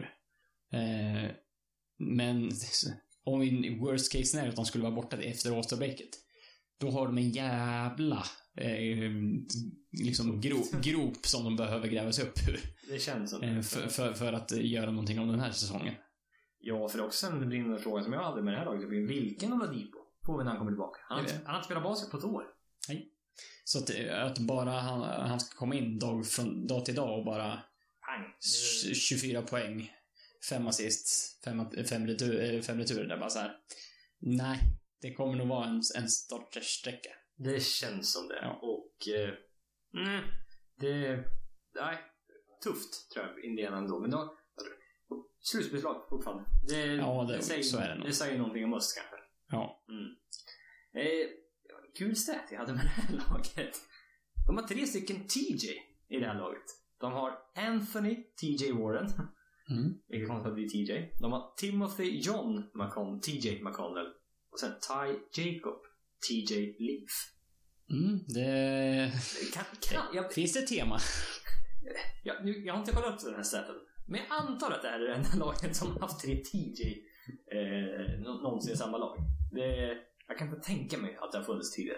Eh, men om i worst case scenario att de skulle vara borta efter All-Star-breaket, då har de en jävla eh, liksom grop, grop som de behöver gräva sig upp ur. Det känns som eh, för, för, för att göra någonting om den här säsongen. Ja, för också en brinnande fråga som jag hade med det här laget, vilken av Oladipo får vi när han kommer tillbaka? Han har inte, inte spelat basket på ett år. Nej. Så att, att bara han, han ska komma in dag från dag till dag och bara pang, tjugofyra poäng, fem assist, fem, fem, retur, fem returer där bara så här. Nej, det kommer nog vara en, en startersträcka. Det känns som det. Ja. Och eh, mm, det nej, tufft tror jag Indiana ändå, men då slutspelslag fortfarande. Det, ja, det, det säger, så är det nog. Det säger någonting om oss kanske. Ja. Mm. Eh, kul stat jag hade med det här laget. De har tre stycken T J i det här laget. De har Anthony T J Warren. Mm. Vilket kommer att bli T J. De har Timothy John McConnell, T J McConnell. Och sen Ty Jacob T J Leaf. Mm, det... Kan, kan, jag... Finns det ett tema? Jag, nu, jag har inte kollat upp den här staten. Men jag antar att det här är det enda laget som har haft tre T J eh, någonsin i samma lag. Det, jag kan inte tänka mig att det har funnits tidigare.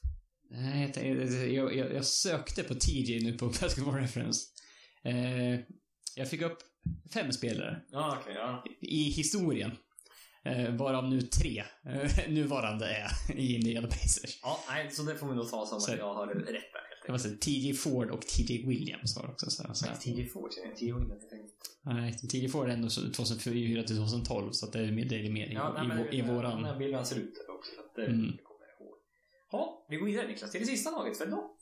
Nej, jag, jag, jag, jag sökte på T J nu på Basketball Reference. Eh, jag fick upp fem spelare. Ja, okay, ja. I historien. Eh, varav nu tre eh, nuvarande är i Indiana Pacers. Ja, nej, så det får vi nog ta som så, att jag har rätt där. Det var så T J Ford och T J Williams var också så, så. Nej, T J Ford, T J Williams. Nej, T J Ford är ändå tjugohundrafyra till tjugotolv, så att det är mer, det är mer ja, i, nej, i, i våran... Ja, bilden ser ut där också, så att det, mm. det kommer jag ihåg. Ja, vi går vidare Niklas, till det sista laget för idag.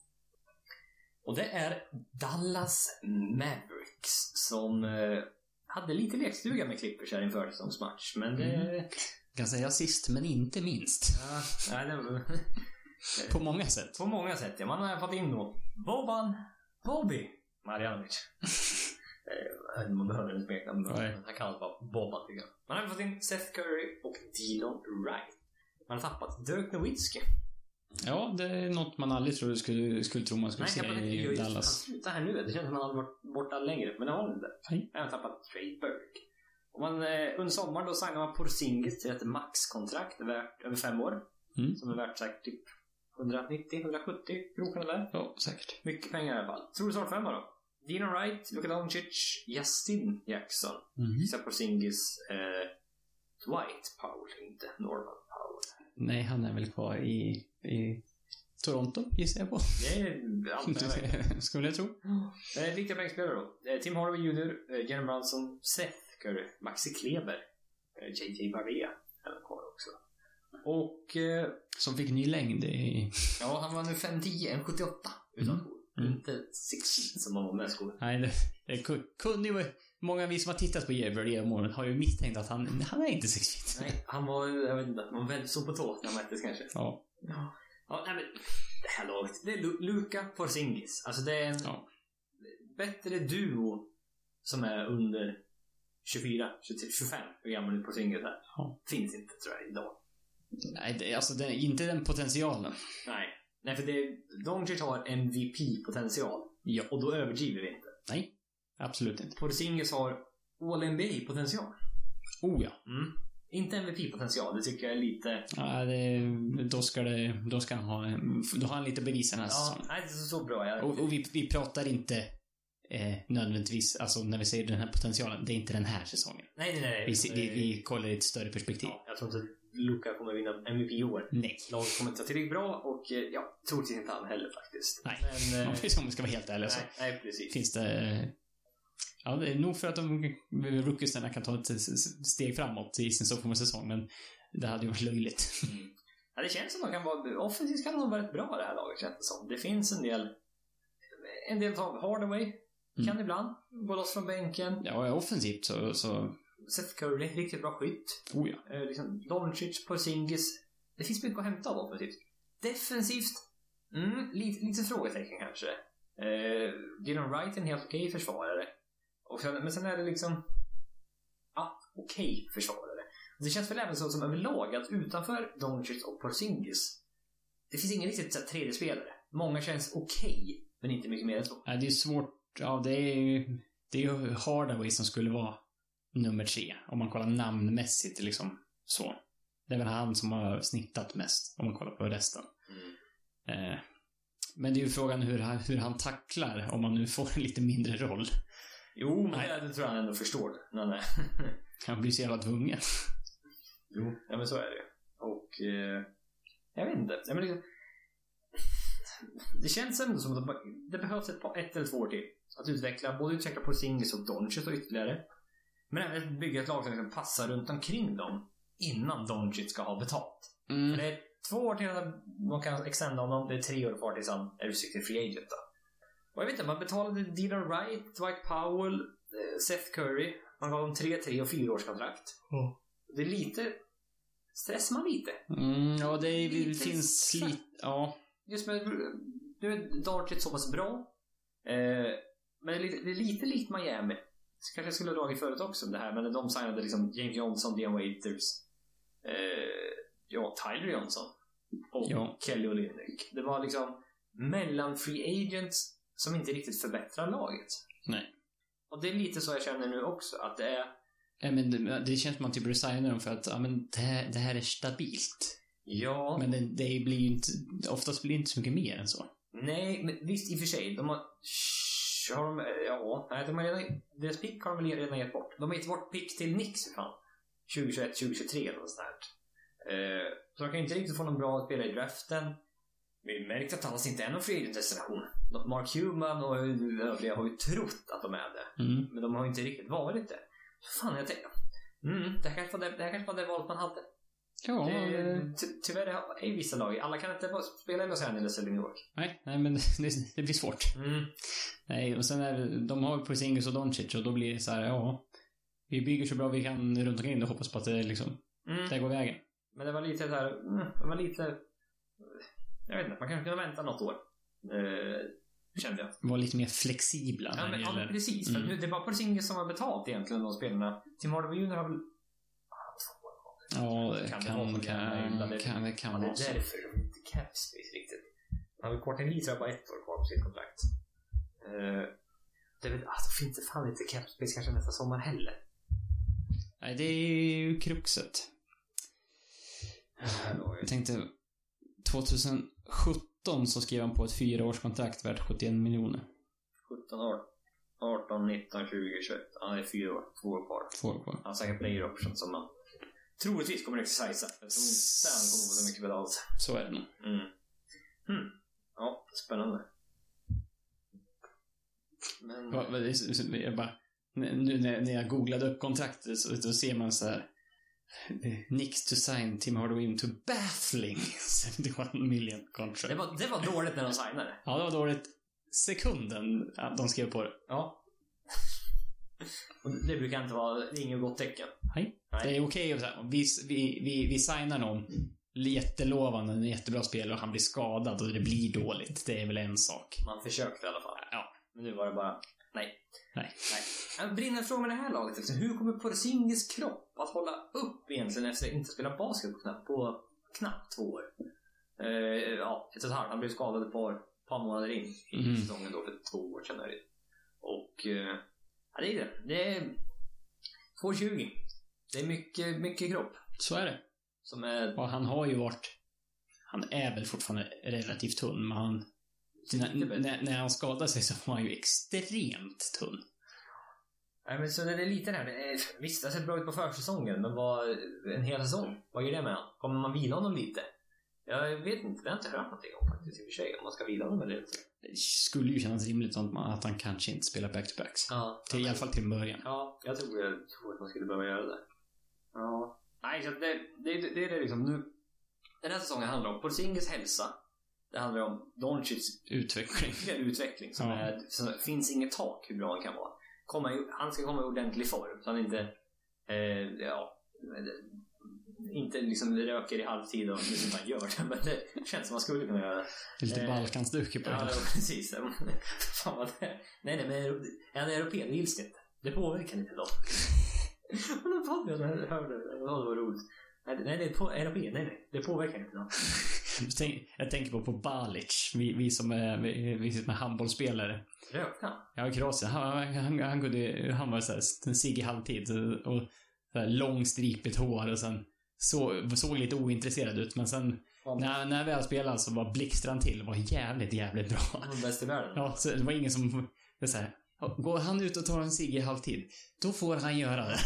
Och det är Dallas Mavericks som eh, hade lite lekstuga med Clippers här inför säsongsmatch, men det... Mm. Kan säga sist, men inte minst. Ja, nej, det... På många sätt. På många sätt, ja. Man har fått in då Boban Bobby Marjanovic. Man behöver inte smekna, men han kallas bara Boban tycker jag. Man har fått in Seth Curry och Delon Wright. Man har tappat Dirk Nowitzki. Ja, det är något man aldrig trodde skulle, skulle tro man skulle Nej, se i Dallas. Han slutar här nu. Det känns som att han har varit borta längre, men det har han inte. Nej. Han har tappat Trey Burke. Och man, under sommaren då signar man Porzingis till ett maxkontrakt värt över fem år. Mm. Som är värt säkert typ hundranittio till hundrasjuttio kronor där. Ja, säkert. Mycket pengar i alla fall. Tror du snart femma då? Dino Wright, Luka Doncic, Justin Jackson, mm. Kristaps Porzingis, eh, Dwight Powell, inte Norman Powell. Nej, han är väl kvar i, i Toronto, gissar jag på. Det är allt jag skulle jag tro. Eh, riktiga bänkspelare då. Eh, Tim Hardaway junior, eh, Jalen Brunson, Seth Curry, Maxi Kleber, eh, J J Barea, han kvar också. Och... Eh, som fick ny längd i... Ja, han var nu fem tio, en sjuttioåtta utan mm. skor. Mm. Inte sex feet som man var med skor. Nej, det, det kunde ju... Många av vi som har tittat på Jever i målet har ju misstänkt att han, han är inte sex feet. Nej, han var, jag vet inte, man var väldigt så på tå när han mättes kanske. Ja. Ja, ja nej, men det här laget, det är Lu- Luka Porzingis. Alltså det är en ja. bättre duo som är under tjugofyra, tjugofem hur gammal är Porzingis här. Ja. Finns inte tror jag idag. Nej, det, alltså det är inte den potentialen. Nej, nej för det Doncic har M V P-potential. Ja. Och då överdriver vi inte. Nej, absolut inte. Porzingis har All N B A-potential. Oh ja. Mm. Inte M V P-potential, det tycker jag är lite... Ja, det, då ska det, då ska han ha, då har han lite bevis den här ja, säsongen. Nej, det är så bra. Jag... Och, och vi, vi pratar inte eh, nödvändigtvis, alltså när vi säger den här potentialen, det är inte den här säsongen. Nej, nej, nej. Vi, vi, vi kollar i ett större perspektiv. Ja, jag tror inte Luka kommer vinna M V P i år. Nej. Laget kommer inte vara tillräckligt bra och eh, ja, troligtvis inte han heller faktiskt. Nej, men, eh, om vi ska vara helt ärliga så. Nej, nej, precis. Finns det... Ja, det är nog för att de rookiesarna kan ta ett steg framåt i sin sophomore-säsong, men det hade ju varit löjligt. Mm. Ja, det känns som att man kan vara... Offensivt kan de vara rätt bra det här laget, känns det som. Det finns en del... En del av Hardaway mm. kan ibland gå loss från bänken. Ja, offensivt så... så... Seth Curry, riktigt bra skytt. Oh ja. Eh, liksom Doncic, Porzingis. Det finns mycket att hämta av offensivt. Defensivt, mm, lite, lite frågetecken kanske. Eh, Dylan Wright är en helt okej försvarare. Och sen, men sen är det liksom... Ja, okej försvarare. Det känns väl även så som överlag att utanför Doncic och Porzingis, det finns ingen riktigt så här, tredje spelare. Många känns okej, men inte mycket mer än så. Ja, det är svårt. Ja, det är ju... Det är ju Hardaway som skulle vara nummer tre. Om man kollar namnmässigt liksom så. Det är väl han som har snittat mest om man kollar på resten. Mm. Eh, men det är ju frågan hur han, hur han tacklar om man nu får en lite mindre roll. Jo, men det, det tror jag han ändå förstår. Nej, nej. Han blir så jävla tvungen. Jo, ja men så är det. Och eh, jag vet inte. Jag menar, det känns ändå som att det behövs ett, par, ett eller två år till att utveckla, både utveckla Porzingis och Doncic och ytterligare. Men även bygga ett lag som liksom passar runt omkring dem innan Doncic ska ha betalt. Mm. För det är två år till att man kan extenda honom. Det är tre år kvar tills han är restricted free agent då. Och jag vet inte, man betalade Dylan Wright, Dwight Powell, Seth Curry. Man gav dem tre, tre och fyra års kontrakt. Mm. Det är lite... Stressar man lite? Mm, ja, det, är, det finns lite... Ja. Just med... Nu är Doncic så pass bra. Eh, men det är, lite, det är lite likt Miami. Så kanske jag skulle ha dragit förut också det här. Men när de signade liksom James Johnson, Dion Waiters, eh, ja, Tyler Johnson och ja. Kelly Olynyk. Det var liksom mellan free agents som inte riktigt förbättrar laget. Nej. Och det är lite så jag känner nu också. Att det är... Ja, men det, det känns som att man typ resignar dem för att ja, men det, här, det här är stabilt. Ja. Men det, det blir ju inte... Oftast blir det inte så mycket mer än så. Nej, men visst i och för sig. De har... Har de, ja, nej, de har redan, deras pick har de redan gett bort. De har gett bort pick till Knicks för fan. tjugohundratjugoett tjugohundratjugotre eller något sånt där. Eh, så de kan inte riktigt få någon bra spelare i draften. Vi märkte att Dallas inte är någon free agent destination. Mark Cuban och övriga har ju trott att de är det. Mm. Men de har inte riktigt varit det. Så fan, jag tänkte mm, det här kanske var det, det här kanske var det valet man hade. Ja, det, ty, tyvärr är i vissa lag. Alla kan inte spela i Los Angeles eller New York. Nej, nej men det, det blir svårt. Mm. Nej, och sen är de har Porzingis och Doncic och då blir det så här, ja, vi bygger så bra vi kan runt omkring och hoppas på att det liksom mm. det går vägen. Men det var lite så här, mm, det var lite jag vet inte, man kanske kunde vänta något år. Eh, kände jag. Var lite mer flexibla. Ja, men, ja, precis. Mm. För nu, det var Porzingis som har betalt egentligen de spelarna. Tim Hardaway junior har väl ja, det kan, kan, det kan, kan, det kan, det kan ja, vara så. Det är därför de inte cap space riktigt. Han har väl Courtney Lee tror jag bara ett år kvar på sitt kontrakt. Uh, det är väl, alltså finns det fan inte cap space kanske nästa sommar heller. Nej, det är ju kruxet. Jag tänkte tjugohundrasjutton så skrev han på ett fyraårskontrakt värt sjuttioen miljoner. sjutton år. arton, nitton, tjugo, tjugoett. Ja, det är fyra år. Två år kvar. Två år kvar. Han har säkert player option som man troligtvis kommer att exercisa. Jag tror inte han kommer att få så mycket betalt. Så är det nog. Mm. Hmm. Ja, spännande. Men... Ja, det är, jag bara, nu när jag googlade upp kontraktet så, så ser man så här Knicks to sign Tim Hardaway to baffling sjuttioen million contract. Det var, det var dåligt när de signade. Ja, det var dåligt sekunden att de skrev på det. Ja. Och det brukar inte vara, det är inget gott tecken. Nej, Nej. Det är okej att säga. Vi, vi, vi, vi signar någon jättelovande, en jättebra spelare och han blir skadad och det blir dåligt. Det är väl en sak. Man försökte i alla fall. Ja. Men nu var det bara, nej. Nej. Nej. Jag brinner från med det här laget. Liksom. Hur kommer Porzingis kropp att hålla upp egentligen efter att inte spela basket på knappt, på knappt två år? Uh, ja, ett och ett halvt. Han blev skadad ett par, par månader in i mm. säsongen då för två år sedan. Och uh, ja, det är det. Det är två tjugo. Det är mycket, mycket kropp. Så är det. Som är... Och han har ju varit... Han är väl fortfarande relativt tunn, men han... När, när, när han skadade sig så var han ju extremt tunn. Nej, men så det är lite där. Det är, visst, det har sett bra ut på försäsongen, men vad, en hel säsong, vad gör det med han? Kommer man vila honom lite? Jag vet inte, det har inte hört någonting om faktiskt i och för sig, om man ska vila honom eller inte. Det skulle ju kännas rimligt att han kanske inte spelar back-to-backs. Ja. Till, I alla fall till början. Ja, jag tror, jag tror att man skulle behöva göra det. Ja. Nej, så det, det, det, det är det liksom nu. den här säsongen handlar om Porzingis hälsa. Det handlar om Doncic's utveckling. utveckling som ja. är, så det finns inget tak hur bra han kan vara. Komma, han ska komma i ordentlig form så han inte eh, ja, inte liksom röker i halvtid och liksom bara gör det. Men det känns som man skulle kunna göra. Lite eh, balkansduker på ja, det. Ja, precis. Fan vad det. Nej, nej, men en europé, det gills inte. Det påverkar inte dem. Men de fan, jag hörde det. Det var roligt. Nej, det är på europé. Nej, nej. Det påverkar inte dem. Jag tänker på på Balic. Vi, vi som är, vi, vi som är handbollsspelare. Rökte han? Ja, i Kroatien. Han, han, han, kunde, han var så här, en sig i halvtid. Och så här, lång stripigt hår. Och sen så, såg lite ointresserad ut. Men sen mm. när, när vi spelade så var blixtran till. Var jävligt, jävligt bra. Han var bäst i världen. Ja, så det var ingen som... Det så här, går han ut och tar en sig i halvtid, då får han göra det.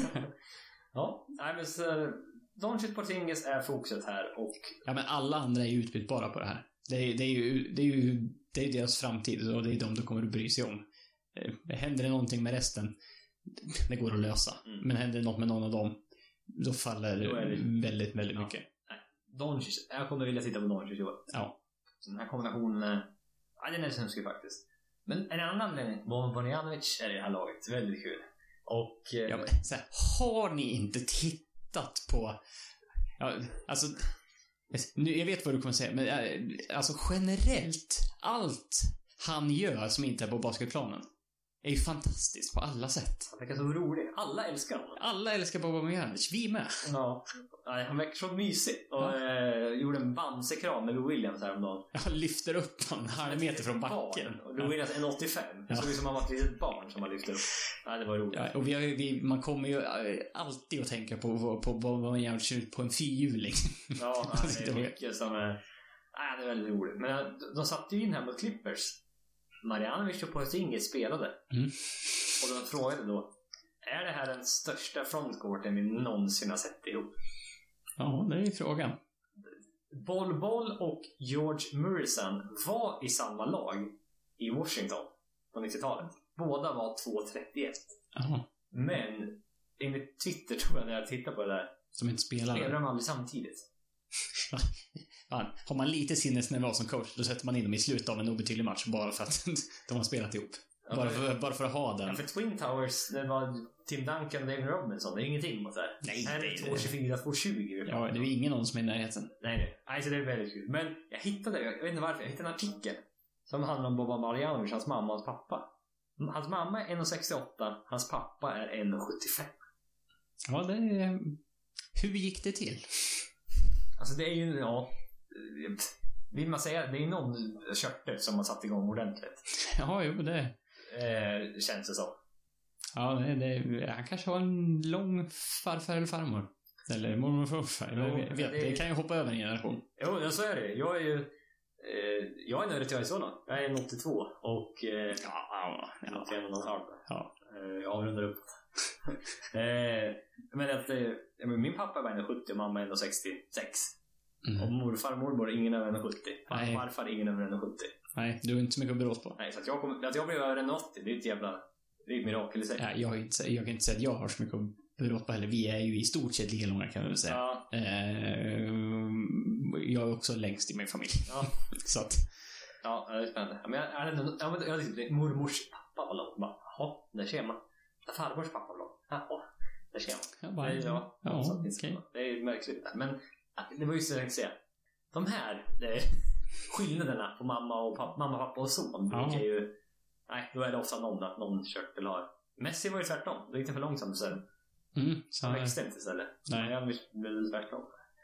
Ja, nej men så... Doncic Porzingis är fokuset här och... Ja, men alla andra är ju utbytbara på det här. Det är, det är ju det är ju det är deras framtid och det är de du kommer att bry sig om. Händer det någonting med resten, det går att lösa. Mm. Men händer det något med någon av dem, då faller då det väldigt, väldigt ja. mycket. Nej. Doncic, jag kommer vilja titta på Doncic i år. Ja. Så den här kombinationen, ja, den är snuskig faktiskt. Men en annan anledning, Bojanovic är i det här laget. Väldigt kul. Och... Ja, men, så här, har ni inte tittat på... Ja, alltså... Nu, jag vet vad du kommer säga, men alltså generellt, allt han gör som inte är på basketplanen är ju fantastiskt på alla sätt. Han verkar så rolig. Alla älskar honom. Alla älskar Boban Bogdanovic. Vi med. Ja. Han verkar så mysig. Och ja. eh, gjorde en bamsekram med Lou Williams häromdagen. Jag lyfter upp en halv meter från backen. Och Lou Williams en åttiofem. Det såg ut som han var ett litet barn som man lyfter upp. Ja, det var roligt. Ja, och vi har, vi, man kommer ju alltid att tänka på på Boban Bogdanovic på en fyrhjuling. Ja, det är mycket som är... Ja, det är väldigt roligt. Men de, de satte ju in här mot Clippers. Marjanovic och Porzingis spelade. Mm. Och de frågade då: är det här den största frontcourten vi någonsin har sett ihop? Ja, det är frågan. Bol Bol och George Murison var i samma lag i Washington på nittiotalet. Båda var två trettioett. Aha. Men enligt Twitter tror jag när jag tittar på det där, som inte spelar. Spelar de aldrig samtidigt. Ja, har man lite sinnesnivå som coach, då sätter man in dem i slutet av en obetydlig match bara för att de har spelat ihop. Ja, bara, för, bara för att ha den. Ja, för Twin Towers, det var Tim Duncan och David Robinson. Det är ingenting mot det här. Nej, här är två tjugofyra två tjugo. Ja, det är ju ingen någon som är i närheten. Nej, nej. Alltså, det är väldigt kul. Men jag hittade, jag vet inte varför, jag hittade en artikel som handlar om Boban Marjanovic, hans mamma och hans pappa. Hans mamma är en sextioåtta, hans pappa är en sjuttiofem. Ja, det är... Hur gick det till? Alltså det är ju, ja... Vill man säga, det är någon körtel som har satt igång ordentligt. Ja, jo, det... Eh, känns det så. Ja, det, det, han kanske har en lång farfar eller farmor. Eller mormor och farfar. Jo, vet, det, det kan ju hoppa över en generation. Jo, ja, så är det. Jag är ju... Eh, jag är nöjd att jag är sådan. Jag är en åttiotvå och... Eh, ja, ja, ja. En och en halv. Ja. Eh, jag avrundar upp. eh, men att... Eh, min pappa var en sjuttio och mamma en sextiosex. Mm. Och morfar och mormor ingen över en sjuttio. Farfar ingen över en sjuttio. Nej, du har inte så mycket att bero på. Nej, så att jag, kom, att jag blev över en åttio, det är ett jävla... Det är ett mirakel i sig. Ja, jag, inte, jag kan inte säga att jag har så mycket att bero på heller. Vi är ju i stort sett lika långa, kan man väl säga. Ja. Eh, jag är också längst i min familj. Ja. Så att... Ja, det är spännande. Men jag, jag, jag, jag, jag, jag, jag mormors pappa var lång. Bara, jaha, där ser man. Farmors pappa var lång. Jaha, där ser man. Ja, bara, det, ja, ja, så okay. Det är märkligt. Men det var ju så jag säga. De här, det är skillnaderna på mamma och pappa, mamma, pappa och son. Ja. Det är ju, nej, då är det ofta någon att någon kört eller har. Messi var ju tvärtom. Det gick för långsamt sen. Mm, så han växte inte istället. Nej. Jag blev tvärtom.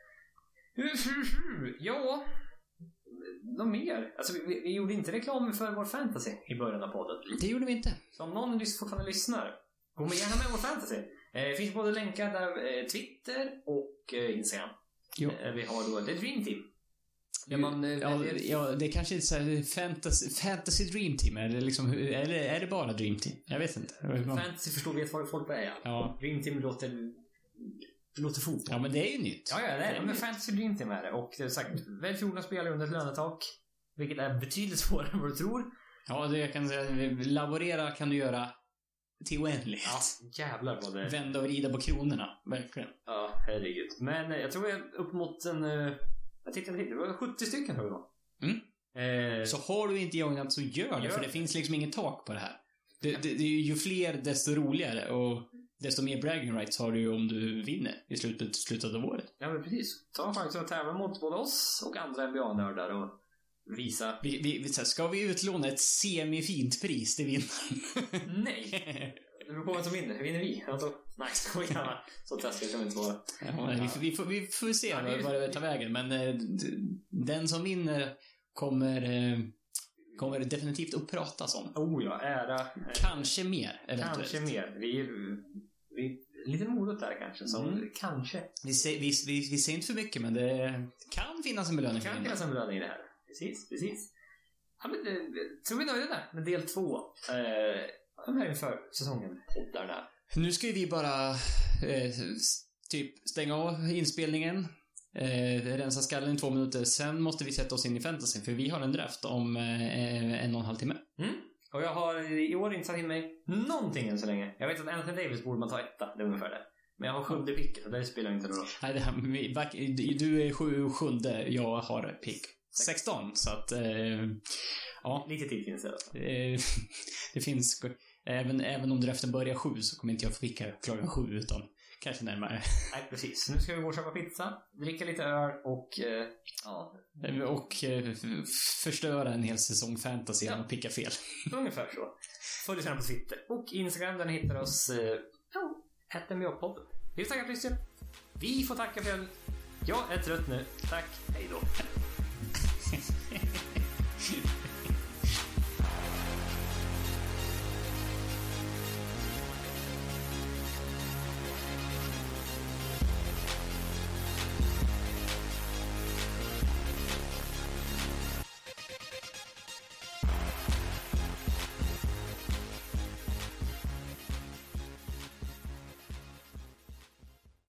Ja, något mer. Alltså, vi, vi gjorde inte reklam för vår fantasy i början av podden. Det gjorde vi inte. Så om någon fortfarande lyssnar, gå med gärna med vår fantasy. Eh, det finns både länkar där, eh, Twitter och eh, Instagram. Jo. Eh, vi har då The Dream Team. Där man, eh, ja, det, ja, det är kanske inte så här fantasy, fantasy Dream Team. Är det, liksom, är, det, är det bara Dream Team? Jag vet inte. Fantasy förstår vet vad folk är. Ja. Dream Team låter... Det låter fotboll. Ja, men det är ju nytt. Ja, ja, det är det. Men Fantasy Dream Team är det. Och det är sagt, välj fjorton spelare under ett lönetak. Vilket är betydligt svårare än vad du tror. Ja, det jag kan säga. Laborera kan du göra till oändligt. Ja, jävlar vad det... Vända och vrida på kronorna, verkligen. Ja, herregud. Men jag tror jag upp mot en... Jag tittade till, det var sjuttio stycken tror jag. Mm. Eh, så har du inte joinat så gör det, gör för det det. finns liksom ingen tak på det här. Det, det, det är ju fler desto roligare och desto mer bragging rights har du ju om du vinner i slutet, slutet av året. Ja, men precis. Ta chansen att tävla mot både oss och andra N B A-nördar och visa... Vi, vi, vi, ska vi utlåna ett semifint pris till vinnaren? Nej! Det beror på vem som vinner. Vinner vi? Alltså, nej, ska vi gärna. Så taskigt kan vi inte vara. Ja, vi, får, vi, får, vi får se ja, vad det tar vägen. Men eh, den som vinner kommer, eh, kommer definitivt att pratas om. Oh ja, ära. Kanske mer, eventuellt. Kanske mer. Vi, vi, lite morot där kanske. Som Mm. kanske. Vi, se, vi, vi, vi säger inte för mycket, men det kan finnas en belöning. Det kan finnas en belöning i det här. Precis, precis. Ja, men det, det, tror vi nöjda där med del två. Eh, den här inför säsongen. Där, där. Nu ska ju vi bara eh, typ stänga av inspelningen. Eh, rensa skallen i två minuter. Sen måste vi sätta oss in i fantasy, för vi har en draft om eh, en och en halv timme. Mm. Och jag har i år inte satt in mig någonting än så länge. Jag vet att Anthony Davis borde man ta etta, det är ungefär det. Men jag har sjunde picket, och det spelar inte någon roll. Nej, det här, du är sju, sjunde, jag har pick sexton, så att eh, ja. Lite tid finns det i alla fall. Eh, det finns, även, även om draften börjar sju så kommer inte jag få picka klockan sju, utan kanske närmare. Nej, precis. Nu ska vi gå och köpa pizza, dricka lite öl och eh, ja. Och eh, förstöra en hel säsong fantasy genom Ja. att picka fel. Ungefär så. Följ oss på Twitter och Instagram där ni hittar oss eh, ja, ett N B A-podden. Vi får tacka för lyssningen. Vi får tacka för. Jag är trött nu. Tack. Hej då.